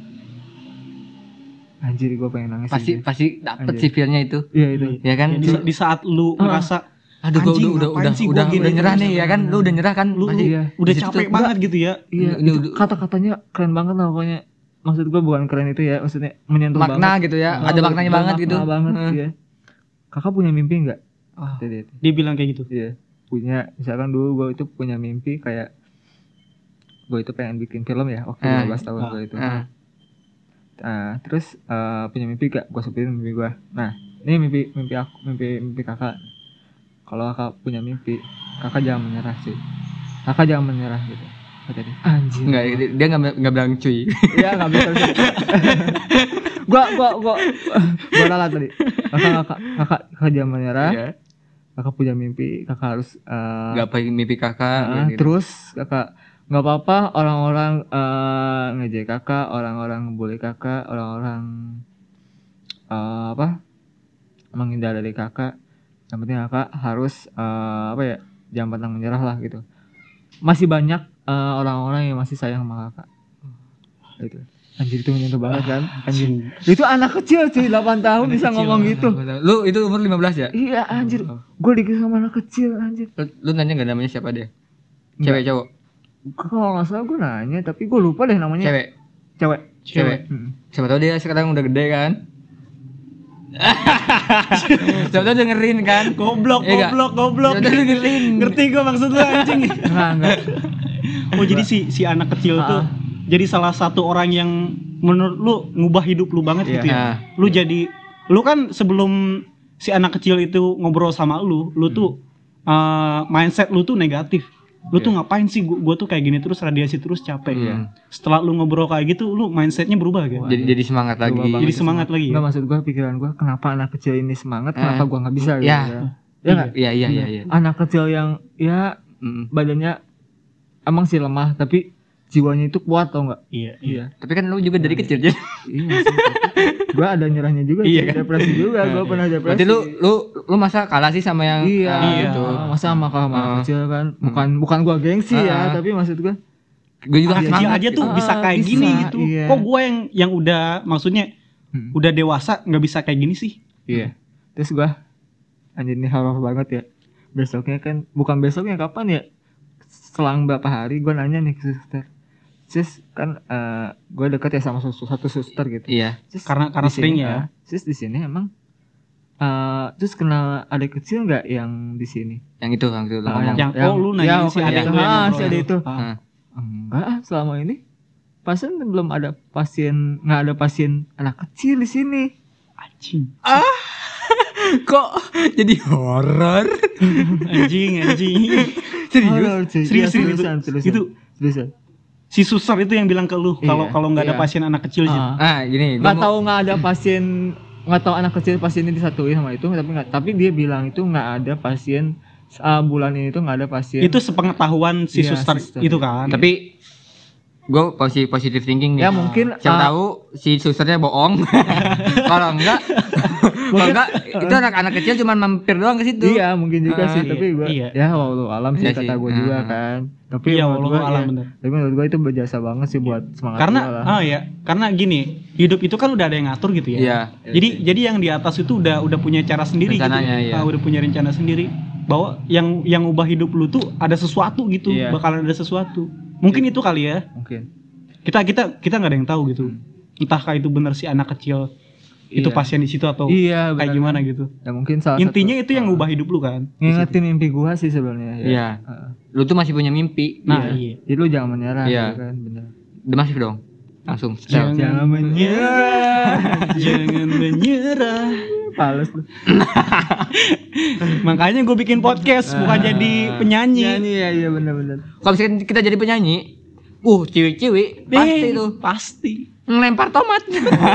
Anjir gua pengen nangis. Pasti ini. pasti dapet Anjir. sih feel-nya itu. Iya itu. Ya kan? Ya, di, sa- di saat lu Ah. ngerasa Aduh, gua anjing, udah udah ngapain udah sih gua udah, gini udah nyerah terus? nih ya kan? Lu udah nyerah kan? lu, Pasti. lu iya. udah Di situ capek tuh- banget gitu ya. Iya, Ini itu udah- kata-katanya keren banget lah pokoknya. Maksud gua bukan keren itu ya, maksudnya menyentuh Makna banget. gitu ya. Ah, Ada maknanya ber- banget bermakna gitu. banget, Heeh. iya. Kakak punya mimpi enggak? Ah. Iya, Dia bilang kayak gitu. iya. Punya, misalkan dulu gua itu punya mimpi kayak gua itu pengen bikin film ya waktu Ah, lima belas tahun ah, gua itu. ah. Nah, terus eh, punya mimpi gak? Gua sebutin mimpi gua. Nah, ini mimpi mimpi aku, mimpi mimpi kakak. Kalau kakak punya mimpi, kakak jangan menyerah sih. Kakak jangan menyerah gitu. Kata dia, anjir. Enggak, dia enggak enggak bilang cuy. Iya nggak bisa. bisa. gua gua gua gua ralat tadi. Kakak kakak kakak kakak jangan menyerah. Iya. Kakak punya mimpi. Kakak harus. Uh, Gapai mimpi kakak uh, gitu. Terus kakak nggak apa-apa orang-orang uh, ngejek kakak, orang-orang bully kakak, orang-orang uh, apa menghindar dari kakak. Yang penting kakak harus uh, apa ya jangan pantang menyerah lah gitu. Masih banyak uh, orang-orang yang masih sayang sama kakak. Gitu. Anjir itu menyentuh banget kan. Anjir. Itu anak kecil cuy delapan tahun bisa kecil, ngomong gitu. Lu itu umur lima belas ya? Iya anjir. Gue dikit sama anak kecil anjir. Lu, lu nanya enggak namanya siapa dia? Cewek cowok? Kalau nggak salah gue nanya tapi gue lupa deh namanya. Cewek. Cewek. Cewek. Hmm. Siapa tahu dia sekarang udah gede kan? Siapa tahu dengerin kan? Goblok, Iya nggak? goblok, goblok. Siapa tahu dengerin. Ngerti gua maksud lu anjing. Enggak enggak. Oh jadi si si anak kecil Ah. tuh jadi salah satu orang yang menurut lu ngubah hidup lu banget gitu Iya. ya. Lu jadi lu kan sebelum si anak kecil itu ngobrol sama lu, lu tuh uh, mindset lu tuh negatif. Lu tuh ngapain sih gua, gua tuh kayak gini terus radiasi terus capek. Iya. Setelah lu ngobrol kayak gitu, lu mindsetnya berubah kan? Jadi jadi semangat lagi. Berubah banget Jadi sih semangat lagi ya? Enggak, maksud gua pikiran gua kenapa anak kecil ini semangat, Eh. kenapa gua nggak bisa gitu. Ya. Ya. Ya nggak? Iya iya iya iya. Anak kecil yang ya Mm. badannya emang sih lemah tapi jiwanya itu kuat tau nggak? Iya, iya. Tapi kan lu juga dari kecil jadi. Iya sih. Tapi gua ada nyerahnya juga, Iya sih, kan? depresi juga, gua pernah depresi. Berarti lu lu lu masa kalah sih sama yang Iya, ah, iya. gitu. Masa sama kalau sama anak Ah. kecil kan, bukan bukan gua gengsi Ah, ya, ah. tapi maksud gua Gue juga Kecil semangat aja tuh gitu. bisa kayak Ah, gini bisa, gitu. iya. Kok gua yang yang udah maksudnya Hmm. udah dewasa nggak bisa kayak gini sih? Iya. Terus gua anjir ini horor banget ya. Besoknya kan bukan besoknya kapan ya? Selang berapa hari gua nanya nih ke suster. Sis kan eh gua deket ya sama sus- satu suster gitu. Iya. Sis, Karena- karena di sini, sering ya. ah, Sis di sini emang eh terus kenal adik kecil nggak yang di sini? Yang itu yang itu lu Ah, ngomong. Yang, oh lu nanya ya, si oke, adik yang- lu yang ah, ngobrol si ya? adik itu. Ah. Nah, Enggak, ah, selama ini pasien belum ada pasien nggak ada pasien anak kecil di sini. Anjing. kok jadi horor? Anjing, anjing. Horor, cuy. Serius, Iya, serius. seriusan, seriusan. Itu Seriusan. si suster itu yang bilang ke lu kalau Iya, kalau nggak ada iya. pasien anak kecil gitu. Ah. Ah, gini, gua Nggak mau- tahu nggak ada pasien nggak tahu anak kecil pasiennya disatuin sama itu tapi nggak tapi dia bilang itu nggak ada pasien uh, bulan ini tuh nggak ada pasien. Itu sepengetahuan si Iya, suster suster. itu kan. tapi gue positif positive thinking nih. Ya, mungkin, siapa ah, tahu si susternya bohong. Kalau enggak, kalau enggak itu anak-anak kecil cuma mampir doang ke situ. Iya mungkin juga Ah, sih iya, tapi gua iya. ya walau alam sih Iya kata sih. gue juga Ah. kan. Tapi Iya, menurut wallahu gua, alam, ya, bener. tapi menurut gue itu berjasa banget sih buat semangat Karena gua lah. ah ya, karena gini, hidup itu kan udah ada yang ngatur gitu ya. Iya. Jadi jadi yang di atas itu udah udah punya cara sendiri Rencananya, gitu. iya. Ah, udah punya rencana sendiri bahwa yang yang ubah hidup lu tuh ada sesuatu gitu, Iya. bakalan ada sesuatu. Mungkin itu kali ya. Mungkin. Kita kita kita nggak ada yang tahu gitu. Entahkah itu benar si anak kecil itu Iya. pasien di situ atau Iya, kayak benar. gimana gitu. Ya mungkin salah Intinya satu, itu yang ah, ngubah hidup lu kan. ngingetin mimpi gua sih sebenarnya ya. Iya. Heeh. Lu tuh masih punya mimpi. Nah, iya. Jadi lu jangan menyerah Iya. gitu kan, benar. Udah masif dong. Langsung. Jangan- Jangan menyerah. Jangan menyerah. Pales lu. Makanya gue bikin podcast bukan Ah, jadi penyanyi. Nyanyi ya, iya benar-benar. Kalau misalkan kita jadi penyanyi, uh, ciwi-ciwi pasti Eh, tuh Pasti. ngelempar tomat.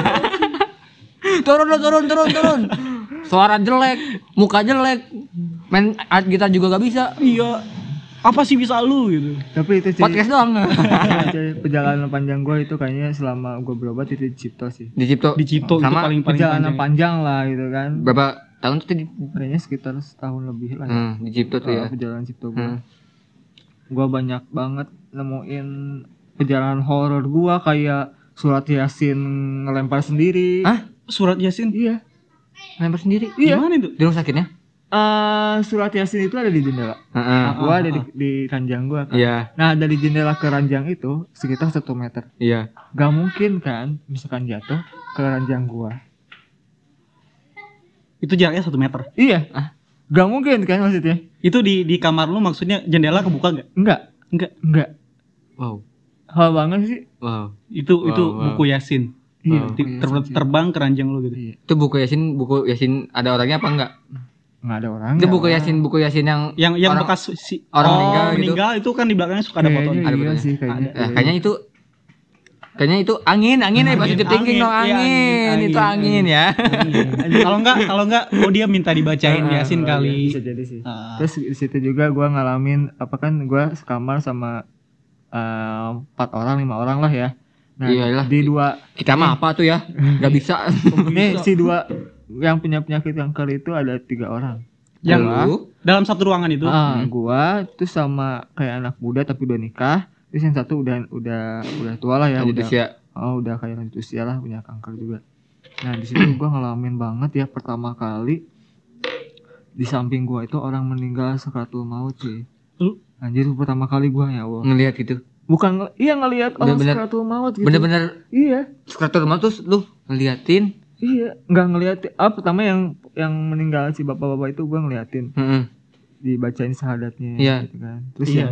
turun lu, turun, turun, turun. Suara jelek, muka jelek, main art gitar juga gak bisa. Iya. Apa sih bisa lu gitu? Tapi itu sih Podcast doang. perjalanan panjang gua itu kayaknya selama gua berobat itu Cipto sih. Di Cipto. Di Cito itu Sama paling paling Perjalanan panjang. panjang lah gitu kan. berapa tahun tuh tadi? Kayaknya sekitar setahun lebih lah ya. Hmm, di Cipto tuh ya. Uh, perjalanan Cipto gua. Hmm. Gua banyak banget nemuin perjalanan horor gua kayak surat Yasin ngelempar sendiri. Hah? Surat Yasin. Iya. Ngelempar sendiri? Iya. Gimana itu? Di rumah sakitnya? Eh, surat Yasin itu ada di jendela. Heeh. Gua ada di, di ranjang gua kan. Iya, Nah, dari jendela ke ranjang itu sekitar satu meter. iya. Gak mungkin kan misalkan jatuh ke ranjang gua. Itu jaraknya satu meter. Iya. Ah. Gak mungkin kan maksudnya? Itu di di kamar lu maksudnya jendela kebuka gak? Enggak. Enggak. Enggak. Wow. Hal banget sih. Wow. Itu Wow, itu wow. buku Yasin. Iya. Di- ter- terbang ke ranjang lu gitu. Iya. Itu buku Yasin, buku Yasin ada orangnya apa enggak? Nggak ada orang. Itu buku Yasin, buku Yasin yang Yang yang orang- bekas si orang oh, meninggal gitu. meninggal itu kan di belakangnya suka ada foto. Kayaknya Ada iya fotonya. sih kayaknya. Eh, kayaknya itu kayaknya itu angin, angin ya positive thinking angin, dong, iya, angin. angin, Itu angin, angin ya. Kalau enggak kalau enggak oh dia minta dibacain Ah, Yasin ah, kali. Bisa jadi sih. Ah. Terus di situ juga gua ngalamin apa kan gua sekamar sama eh, empat orang lima orang lah ya. Nah, Iyalah. di dua Kita mah apa tuh ya? Gak bisa. ini si dua yang punya penyakit kanker itu ada tiga orang. Yang Lu, dalam satu ruangan itu. Ah, gua tuh sama kayak anak muda tapi udah nikah. Terus yang satu udah udah udah tua lah ya, lanjut udah usia. oh udah kayak lanjut usia lah punya kanker juga. Nah, di situ gua ngalamin banget ya pertama kali di samping gua itu orang meninggal sakratul maut sih. Lu Anjir pertama kali gua ya Allah. Ngelihat gitu. Bukan ngel- iya ngelihat orang Bener-bener- sakratul maut gitu. Bener-bener Iya. sakratul maut terus lu ngeliatin. Iya, nggak ngeliat. Ah, pertama yang yang meninggal si bapak-bapak itu gua ngeliatin Heeh. dibacain syahadatnya Iya. gitu kan. Terus iya yang iya.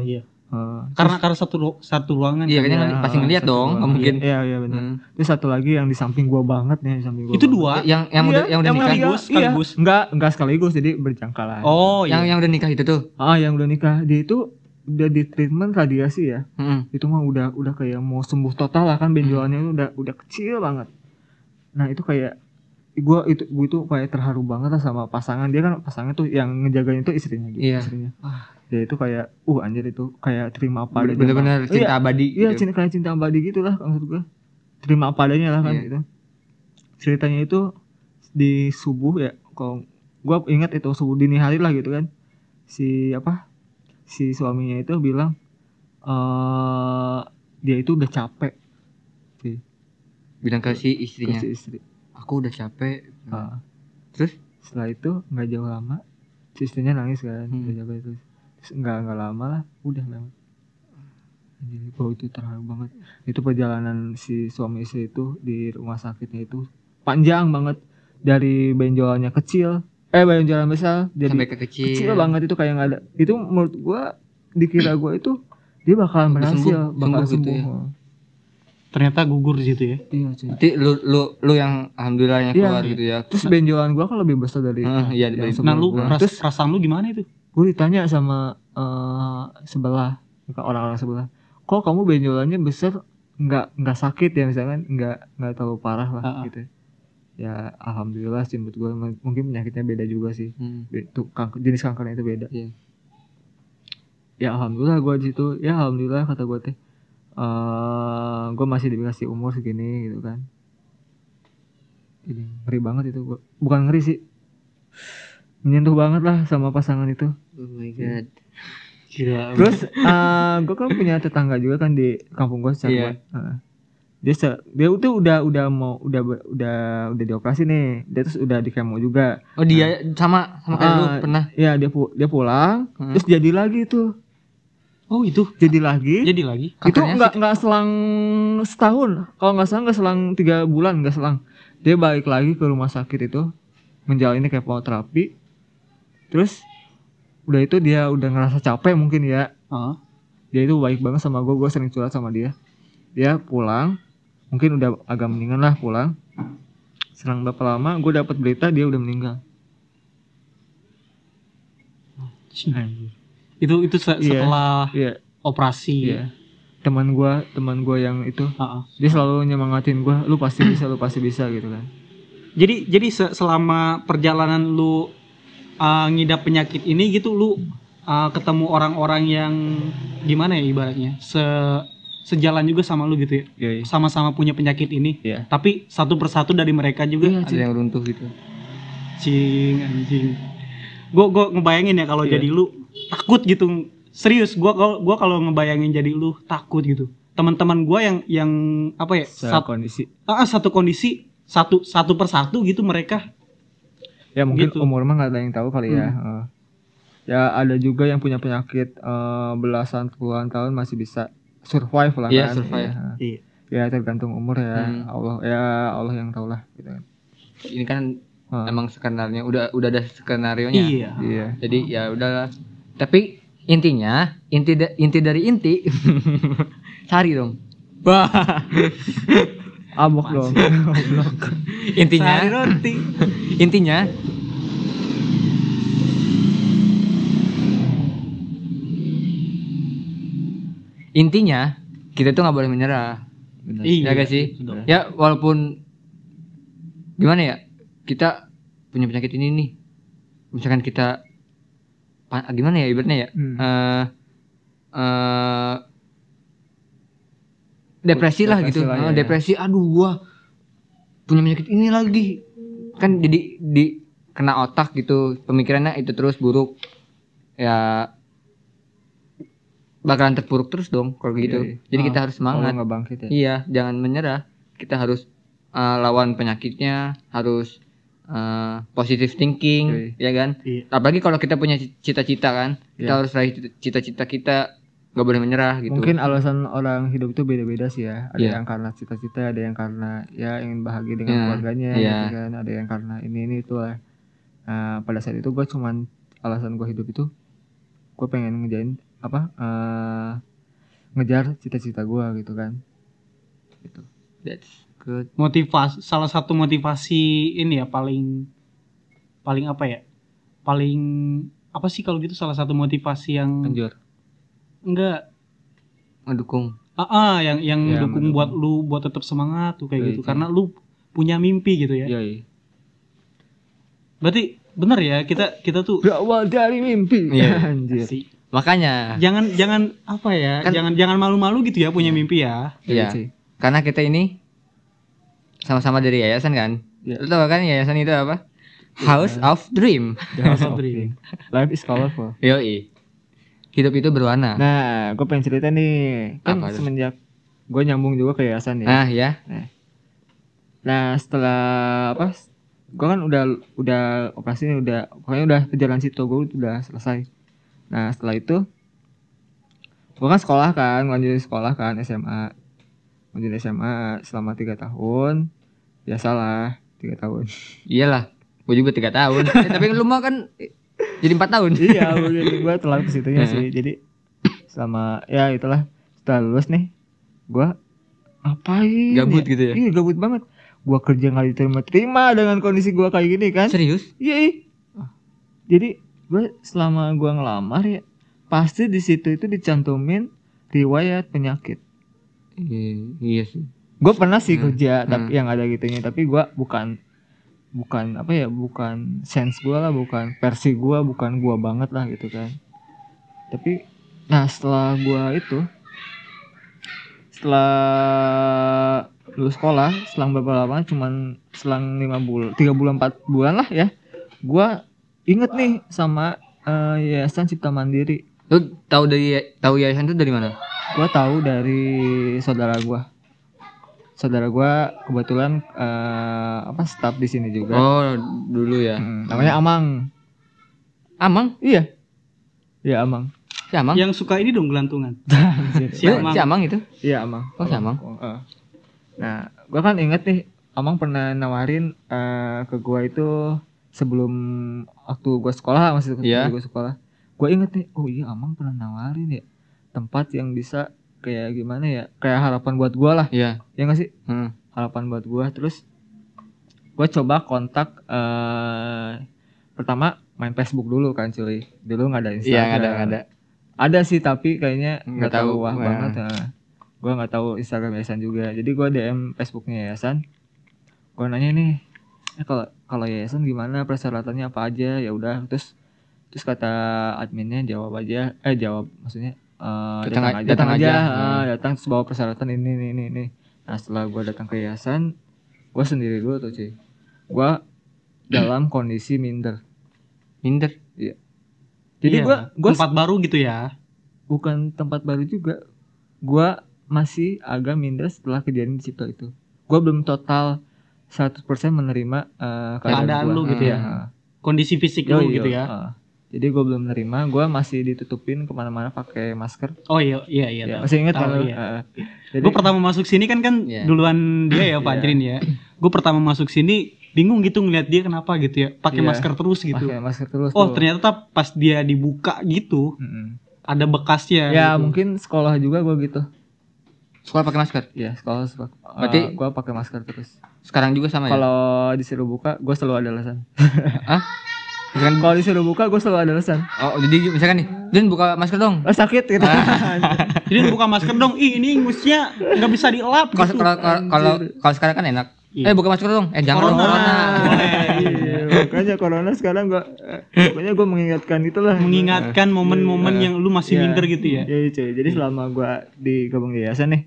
Eh, Karena karena satu ru- satu ruangan. Iya, kan? kayaknya ya, ngeli- pasti ngeliat satu dong, doang. nggak mungkin. Iya iya benar. Hmm. Terus satu lagi yang di samping gua banget nih, di samping gua. Itu banget. dua. Yang yang udah yang udah nikah. sekaligus, Iya, sekaligus. enggak, enggak sekaligus jadi berjangkalan. Oh, Yang iya. yang udah nikah itu tuh. Ah, yang udah nikah, dia itu udah di treatment radiasi ya. Mm-mm. Itu mah udah udah kayak mau sembuh total lah kan, benjolannya itu udah udah kecil banget. Nah, itu kayak gua itu gua itu kayak terharu banget lah sama pasangan dia kan, pasangan tuh yang ngejagain itu istrinya gitu, Iya. istrinya. Dia itu kayak uh anjir itu kayak terima apa adanya. Bener-bener Bang. cinta Iya, abadi Iya, gitu. cinta kayak cinta abadi gitu lah maksud gua. Terima apa adanya lah kan Iya. gitu. Ceritanya itu di subuh ya, kalau gua ingat itu subuh dini hari lah gitu kan. Si apa? Si suaminya itu bilang eh dia itu udah capek sih Bilang ke si ke istrinya, si istri. aku udah capek. Ah. Terus Setelah itu nggak jauh lama si istrinya nangis kan, Hmm. udah capek terus. Terus nggak nggak lama lah udah memang. Jadi oh itu terharu banget. Itu perjalanan si suami istri itu di rumah sakitnya itu panjang banget, dari benjolannya kecil eh benjolan besar jadi sampai ke kecil. kecil banget, itu kayak nggak ada. Itu menurut gua dikira gua itu dia bakalan Sembuh, berhasil, bakal sembuh gitu sembuh. ya. Ternyata gugur di situ ya. Iya cuy. Nanti lu lu lu yang alhamdulillahnya Iya. keluar gitu ya. Terus benjolan gua kan lebih besar dari Ah, iya, yang dari- sebelum Nah, lu gua. ras- Terus perasaan lu gimana itu? gue ditanya sama eh, sebelah, bukan orang-orang sebelah, kok kamu benjolannya besar, nggak nggak sakit ya misalkan, nggak nggak terlalu parah lah Ah, ah. gitu. Ya alhamdulillah sih menurut gue, mungkin penyakitnya beda juga sih. Hmm. Be- tuh kanker, jenis kankernya itu beda. Iya. Ya alhamdulillah gue di situ, ya alhamdulillah kata gue teh, eh gue masih dikasih umur segini gitu kan. Ini ngeri banget itu, gua bukan ngeri sih, menyentuh banget lah sama pasangan itu. Oh my god. Gila. Terus uh, gue kan punya tetangga juga kan di kampung gue secara Iya. uh, dia se- dia tuh udah udah mau udah udah udah dioperasi nih, dia terus udah di kemo juga. Oh dia sama sama kayak lu Ah, pernah. Ya dia pu- dia pulang Hmm. terus jadi lagi tuh, Oh, itu. jadi lagi. Jadi lagi. Itu Kankernya nggak nggak selang setahun, kalau nggak salah nggak selang tiga bulan, nggak selang. Dia balik lagi ke rumah sakit itu menjalani kemoterapi. Terus udah itu dia udah ngerasa capek mungkin ya. Heeh. Dia itu baik banget sama gue, gue sering curhat sama dia. Dia pulang, mungkin udah agak mendingan lah pulang. Selang berapa lama gue dapat berita dia udah meninggal. Anjir. Itu itu se- Iya. setelah Iya, operasi. iya. Teman gue, teman gue yang itu, Heeh. dia selalu nyemangatin gue, lu pasti bisa, lu pasti bisa gitu kan. Jadi jadi se- selama perjalanan lu uh, ngidap penyakit ini gitu, lu uh, ketemu orang-orang yang gimana ya ibaratnya, se sejalan juga sama lu gitu ya, Iya, iya. sama-sama punya penyakit ini, Iya. tapi satu persatu dari mereka juga Iya, Ada yang runtuh gitu. cing anjing. Gue gue ngebayangin ya kalau Iya. jadi lu takut gitu, serius. Gue kalau gua kalau ngebayangin jadi lu takut gitu. Teman-teman gue yang yang apa ya, Secara sat- kondisi. ah, satu kondisi satu satu persatu gitu mereka. Ya mungkin Gitu. umur mah gak ada yang tahu kali ya. Eh, ya ada juga yang punya penyakit eh, belasan puluhan tahun masih bisa survive lah Iya, kan. survive. Iya. Iya. Ya tergantung umur ya. Hmm. Allah ya Allah yang tahu lah gitu kan. Ini kan Ah. emang skenario udah udah ada skenario nya. Iya. Iya. Jadi ya udahlah. Tapi intinya inti da- inti dari inti cari dong. Wah. Abok dong. Intinya Sehari roti. intinya intinya kita tuh nggak boleh menyerah. Benar. Iya. Ya gak sih? Betul. Ya walaupun gimana ya, kita punya penyakit ini nih, misalkan kita pa- gimana ya ibaratnya ya, Hmm. eh eh, depresi lah Depresi gitu, lah, Eh, ya, ya. depresi, aduh gua punya penyakit ini lagi, kan jadi di kena otak gitu, pemikirannya itu terus buruk, ya bakalan terpuruk terus dong kalau gitu. Iya, iya. Jadi Ah, kita harus semangat. kalau nggak bangkit ya. Iya, jangan menyerah. Kita harus uh, lawan penyakitnya, harus uh, positive thinking, ya kan? Iya. Apalagi kalau kita punya cita-cita kan, kita Iya. harus raih cita-cita kita, nggak boleh menyerah gitu. Mungkin alasan orang hidup itu beda-beda sih ya. Ada Iya. yang karena cita-cita, ada yang karena ya ingin bahagia dengan Iya, keluarganya, iya. gitu kan. Ada yang karena ini ini itu lah. Nah, pada saat itu gue cuman alasan gue hidup itu, gue pengen ngejain apa eh ngejar cita-cita gue gitu kan. Gitu. That's good. Motivasi, salah satu motivasi ini ya paling paling apa ya? Paling apa sih kalau gitu salah satu motivasi yang Lanjut. enggak Ngedukung. ah, ah yang yang Ya, mendukung mendukung. buat lu buat tetap semangat tuh kayak Iya, gitu iya. karena lu punya mimpi gitu ya. Yoi. Berarti bener ya kita kita tuh Berawal dari mimpi. Iya. Anjir. sih Makanya. jangan jangan apa ya Kan- jangan jangan malu-malu gitu ya punya mimpi ya. Iya. sih. Karena kita ini sama-sama dari yayasan kan. Iya. Lu tahu kan yayasan itu apa? House of Dream. The House of of Dream. Dream. Life is colorful. Yoi. Hidup itu berwarna. Nah, gue pengen cerita nih. Kan Apa tuh? semenjak gue nyambung juga ke yayasan ya. Ah ya. Nah, setelah apa? Gue kan udah udah operasi nih, udah pokoknya udah perjalanan situ gue udah selesai. Nah, setelah itu gue kan sekolah kan, lanjutin sekolah kan S M A. Lanjutin S M A selama tiga tahun. Biasalah, tiga tahun. Iyalah. Gue juga tiga tahun. Eh, tapi lu mau kan jadi empat tahun. Iya, gue telat ke situnya sih. Jadi selama ya itulah setelah lulus nih, gue ngapain? Gabut ya? gitu ya? Iya, gabut banget. Gue kerja nggak diterima-terima dengan kondisi gue kayak gini kan. Serius? Iya. Iya. Jadi gue selama gue ngelamar ya, pasti di situ itu dicantumin riwayat penyakit. Iya, iya sih. Gue pernah sih Hmm, kerja hmm. tapi yang ada gitunya, tapi gue bukan bukan apa ya, bukan sense gue lah, bukan versi gue, bukan gue banget lah gitu kan. Tapi nah setelah gue itu, setelah lulus sekolah, selang beberapa lama, cuman selang lima bulan, tiga bulan, empat bulan lah ya, gue inget nih sama eh, Yayasan Cipta Mandiri. Lu tahu dari tahu yayasan itu dari mana? Gue tahu dari saudara gue. Saudara gue kebetulan eh, apa staf di sini juga. Oh, dulu ya. Mm, namanya Amang. Amang? Iya. Iya Amang. Si Amang? Yang suka ini dong gelantungan. Si Lu- Amang. Si Amang itu? Iya Amang. Oh, si Amang. Oh, eh. Nah, gue kan inget nih, Amang pernah nawarin eh, ke gue itu sebelum waktu gue sekolah, masih Iya. gue sekolah. Gue inget nih, oh iya Amang pernah nawarin ya tempat yang bisa kayak gimana ya, kayak harapan buat gue lah, Iya. ya nggak sih? Hmm. Harapan buat gue. Terus gue coba kontak eh pertama main Facebook dulu kan cuy, dulu nggak ada Instagram. Iya, nggak ada, nggak ada. Ada sih tapi kayaknya Nggak nggak tahu tahu, wah nah. banget. Nah, gue nggak tahu Instagram yayasan juga, jadi gue D M Facebooknya yayasan. Gue nanya nih, eh kalau kalau yayasan gimana, persyaratannya apa aja, ya udah. Terus terus kata adminnya jawab aja, eh jawab maksudnya eh, Datang datang, a- aja, datang datang aja, aja. ah, Hmm. datang terus bawa persyaratan ini ini ini. ini. Nah setelah gue datang ke yayasan, gue sendiri dulu tuh cuy, gue dalam kondisi minder. Minder. Iya. Jadi Iya, gue gue tempat baru gitu ya. bukan tempat baru juga, gue masih agak minder setelah kejadian di Cipto itu. Gue belum total seratus persen menerima eh, Keadaan gua. lu gitu ya. Ah. Kondisi fisik Yo, lu yo, gitu ya. ah. Jadi gue belum menerima, gue masih ditutupin kemana-mana pakai masker. Oh iya iya iya. Ya, tahu. masih ingat Tahu, kan lu? iya. Ah. Jadi Gue pertama masuk sini kan kan Iya. duluan dia ya Pak Iya. Ajrin ya. Gue pertama masuk sini bingung gitu ngeliat dia kenapa gitu ya. Pakai Iya. masker terus gitu. pakai masker terus. Oh tuh. ternyata pas dia dibuka gitu Mm-mm. ada bekasnya. Ya gitu. mungkin sekolah juga gue gitu. Sekolah pakai masker. Ya sekolah uh, Berarti- gue pakai masker terus. Sekarang juga sama ya? Kalau disuruh buka, gue selalu ada alasan. Hah? Misalkan Kalau disuruh buka, gue selalu ada alasan. Oh, jadi misalkan nih, Din buka masker dong. Oh sakit gitu. Jadi buka masker dong. Ih ini ingusnya nggak bisa dielap Kalau gitu. kalau kalau kalau- kalau sekarang kan enak. Iya. Eh buka masker dong. Eh jangan dong Corona. corona. Iya, makanya corona sekarang gue, pokoknya gue mengingatkan itulah. Mengingatkan momen-momen yang lu masih Iya. minder gitu ya. Iya cuy. Jadi selama gue di gabung di yayasan nih,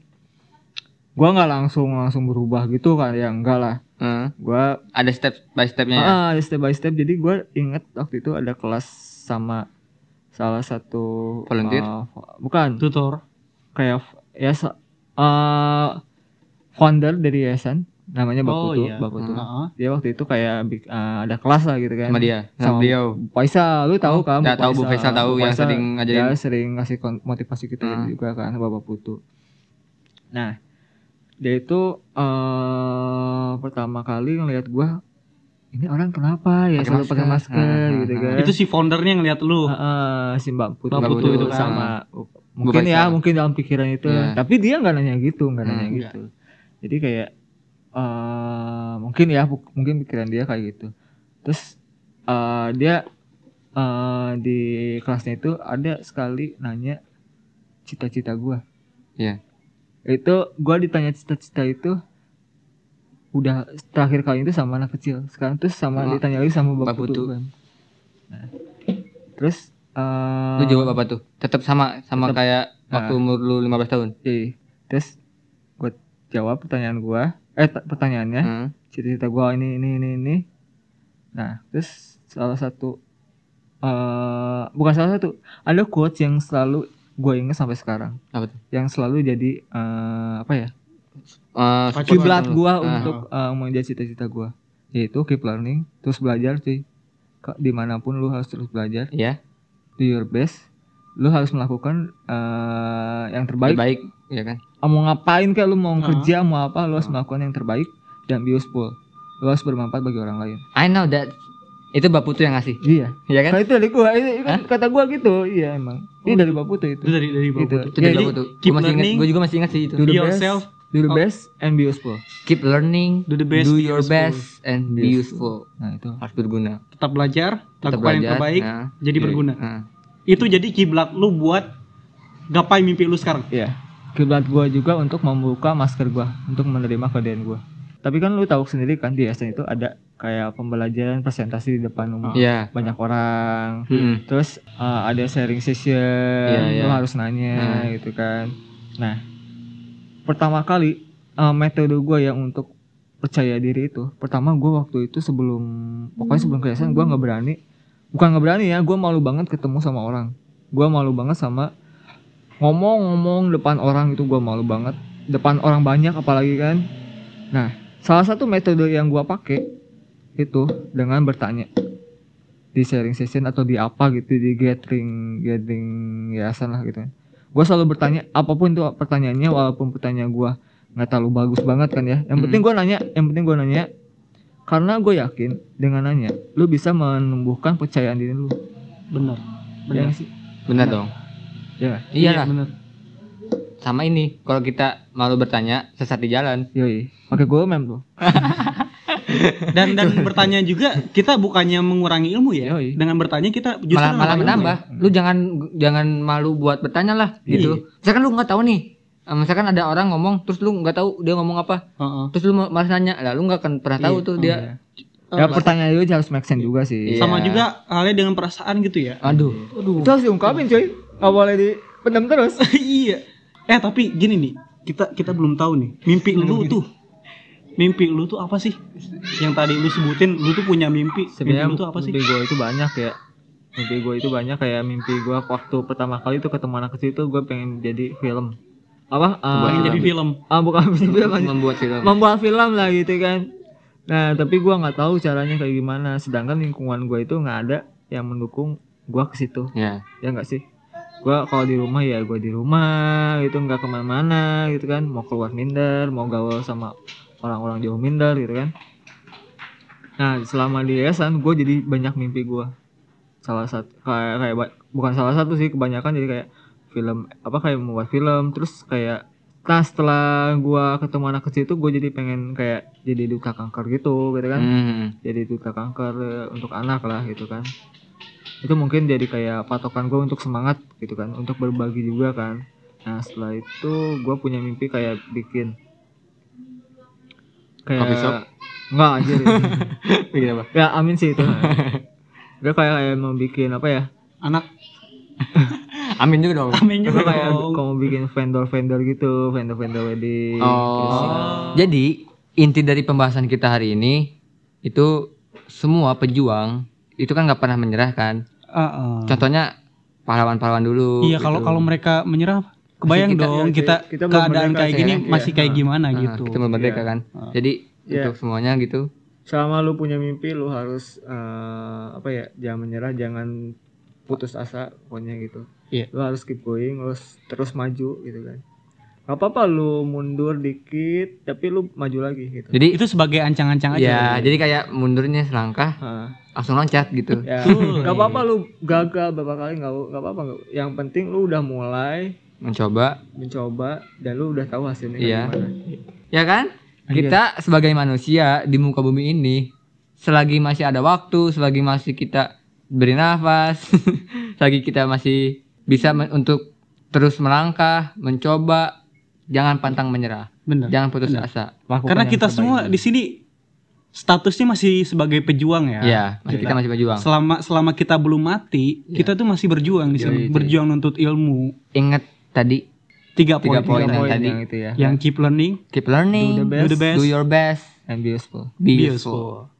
gue nggak langsung langsung berubah gitu kan, ya enggak lah. Heeh. Gue Ada step by stepnya ya. ah step by step. Jadi gue inget waktu itu ada kelas sama salah satu Volunteer? eh, bukan Tutor. kayak ya sa- eh, founder dari yayasan, namanya Mbak Oh Putu, iya. Mbak Putu. Heeh. Dia waktu itu kayak bik- eh, ada kelas lah gitu kan. Sama dia, sama Sama beliau. Faisal, lu tahu kan? ya, tahu Bu Faisal, tahu, yang sering ngajarin. Dia sering ngasih kon- motivasi kita Hmm. juga kan, Bapak Putu. Nah, dia itu eh pertama kali ngelihat gua ini orang kenapa ya Pakai selalu pakai masker. masker Ah, gitu ah, kan. Itu si foundernya ngeliat lu. Heeh, si Mbak Putu, Mbak Putu itu kan. sama mungkin Bu ya Faisal. mungkin dalam pikiran itu, Iya. tapi dia nggak nanya gitu, nggak Hmm, nanya iya. gitu. Jadi kayak eh mungkin ya bu- mungkin pikiran dia kayak gitu. Terus eh dia eh di kelasnya itu ada sekali nanya cita-cita gua. Iya. Itu gua ditanya cita-cita itu udah terakhir kali itu sama anak kecil. Sekarang terus sama Sama ditanya lagi sama Mbak Mbak Putu Putu. kan. Nah, terus eh Lu jawab apa tuh? Tetap sama sama Tetep. kayak waktu Ah. umur lu lima belas tahun. Iya. Terus gue jawab pertanyaan gua, eh t- pertanyaannya, Hmm. cita-cita gua ini ini ini ini. Nah, terus salah satu eh bukan salah satu, ada quotes yang selalu gue ingat sampai sekarang, Apa tuh? yang selalu jadi eh apa ya? Eh, Pacu Kiblat support gua lu. Ah. untuk eh, mengejar cita-cita gua, yaitu keep learning, terus belajar cuy. Ke- Dimanapun lu harus terus belajar, Iya. do your best. Lu harus melakukan eh yang terbaik. Baik, ya kan? Ah, mau ngapain kayak lu mau Ah. kerja mau apa lu harus Ah. melakukan yang terbaik dan be useful, lu harus bermanfaat bagi orang lain. I know that. Itu Mbak Putu yang ngasih. Iya Iya kan? kan itu dari gua ini, ini kan kata gua gitu. Iya emang ini dari Mbak Putu itu. Itu dari dari Mbak Itu. Putu. Itu dari Jadi, Mbak Putu. keep Gua masih ingat, learning, gua juga masih ingat sih itu. do be the yourself, best, do the Oh. best and be useful. Keep learning, do the best, do be your useful. best and be Be useful. Nah itu Harus berguna. Tetap belajar, Tetap lakukan yang belajar, terbaik, nah. jadi berguna. Nah. Itu jadi kiblat lu buat gapai mimpi lu sekarang. ya kiblat gua juga untuk membuka masker gua untuk menerima keadaan gua. Tapi kan lu tahu sendiri kan di S N itu ada kayak pembelajaran presentasi di depan umum, Iya. banyak orang. Mm-mm. Terus uh, ada sharing session, Iya, iya. lo harus nanya Nah. gitu kan. Nah, pertama kali uh, metode gue yang untuk percaya diri itu, pertama gue waktu itu sebelum, pokoknya sebelum ke S N gue nggak berani, bukan nggak berani ya, gue malu banget ketemu sama orang, gue malu banget sama ngomong-ngomong depan orang itu gue malu banget, depan orang banyak apalagi kan. Nah, salah satu metode yang gue pakai itu dengan bertanya di sharing session atau di apa gitu, di gathering gathering yayasan lah gitu. Gue selalu bertanya apapun itu pertanyaannya, walaupun pertanyaan gue nggak terlalu bagus banget kan ya. Yang penting gue nanya, yang penting gue nanya karena gue yakin dengan nanya lu bisa menumbuhkan kepercayaan diri lu. Benar. Ya Benar. nggak sih? Benar dong. Ya nggak? Iya lah. benar. Sama ini, kalau kita malu bertanya, sesat di jalan. Yoi, pakai gue mem tuh. Dan dan bertanya juga kita bukannya mengurangi ilmu ya. Yoi. Dengan bertanya kita justru Malah malah nambah ilmu menambah. ya. Lu jangan jangan malu buat bertanya lah gitu. Misalkan lu nggak tahu nih. eh, Misalkan ada orang ngomong terus lu nggak tahu dia ngomong apa. Heeh. Terus lu ma- malah nanya, lah lu nggak akan pernah tahu Iya. tuh dia. Ya pertanyaan itu harus make sense juga sih. Iya. Sama juga halnya dengan perasaan gitu ya. Aduh. Itu harus diungkapin coy. Gak boleh dipendam terus. Iya. Eh tapi gini nih, kita kita belum tahu nih mimpi lu tuh. Mimpi lu tuh apa sih? Yang tadi lu sebutin, lu tuh punya mimpi. Mimpi Sebenarnya lu tuh apa sih? mimpi gue itu banyak ya. Mimpi gue itu banyak, kayak mimpi gue waktu pertama kali itu ketemu anak kecil itu gue pengen jadi film. Apa? Ah, Pengen jadi film. Ah bukan film, aja. Membuat film. Membuat film lah gitu kan. Nah tapi gue nggak tahu caranya kayak gimana. Sedangkan lingkungan gue itu nggak ada yang mendukung gue ke situ. Ya. Ya nggak sih. Gue kalau di rumah ya gue di rumah gitu, nggak kemana-mana gitu kan. Mau keluar minder, mau gaul sama orang-orang jauh minder gitu kan. Nah selama di yayasan gue jadi banyak mimpi gue. Salah satu kayak kayak ba- bukan salah satu sih, kebanyakan jadi kayak film apa kayak membuat film. Terus kayak nah setelah gue ketemu anak kecil itu gue jadi pengen kayak jadi duta kanker gitu gitu kan. Hmm. Jadi duta kanker eh, untuk anak lah gitu kan. Itu mungkin jadi kayak patokan gue untuk semangat gitu kan, untuk berbagi juga kan. Nah setelah itu gue punya mimpi kayak bikin kayak Coffee shop? enggak anjir. Bikin apa? Ya amin sih itu. Gue kayak kayak mau bikin apa ya? Anak. Amin juga dong. Amin Gue juga kayak dong. mau bikin vendor-vendor gitu, vendor-vendor wedding. Oh. Jadi inti dari pembahasan kita hari ini itu semua pejuang itu kan nggak pernah menyerah kan. Heeh. Contohnya pahlawan-pahlawan dulu. Iya, kalau gitu. kalau mereka menyerah, kebayang Kita- dong ya, kita, kita belum keadaan merdeka kayak sih gini ya. masih Iya. kayak gimana Nah, gitu. kita belum merdeka Iya. kan. Ah. Jadi Iya. untuk semuanya gitu. Selama lu punya mimpi lu harus eh, apa ya? Jangan menyerah, jangan putus asa pokoknya gitu. Iya. Lu harus keep going, lu harus terus maju gitu kan. Gak apa-apa lu mundur dikit tapi lu maju lagi gitu. Jadi Itu sebagai ancang-ancang aja. ya, jadi kayak mundurnya selangkah Heeh. langsung loncat gitu. Ya, Betul. gak apa-apa lu gagal beberapa kali, gak, gak apa-apa. nggak- Yang penting lu udah mulai Mencoba, mencoba dan lu udah tahu hasilnya Iya. gimana. ya kan? Kita sebagai manusia di muka bumi ini, selagi masih ada waktu, selagi masih kita beri nafas, selagi kita masih bisa men- untuk terus melangkah, mencoba, jangan pantang menyerah, Bener. jangan putus asa. Lakukan Karena yang kita terbaik. semua di sini statusnya masih sebagai pejuang ya. ya, masih kita masih berjuang. Selama selama kita belum mati, Ya. kita tuh masih berjuang di sini, Yoi, yoi. berjuang nuntut ilmu. Ingat tadi Tiga Tiga poin, poin tiga yang poin. tadi. yang itu ya. Yang keep learning, keep learning, Do the best. do the best, do your best, And be useful. be be useful. useful.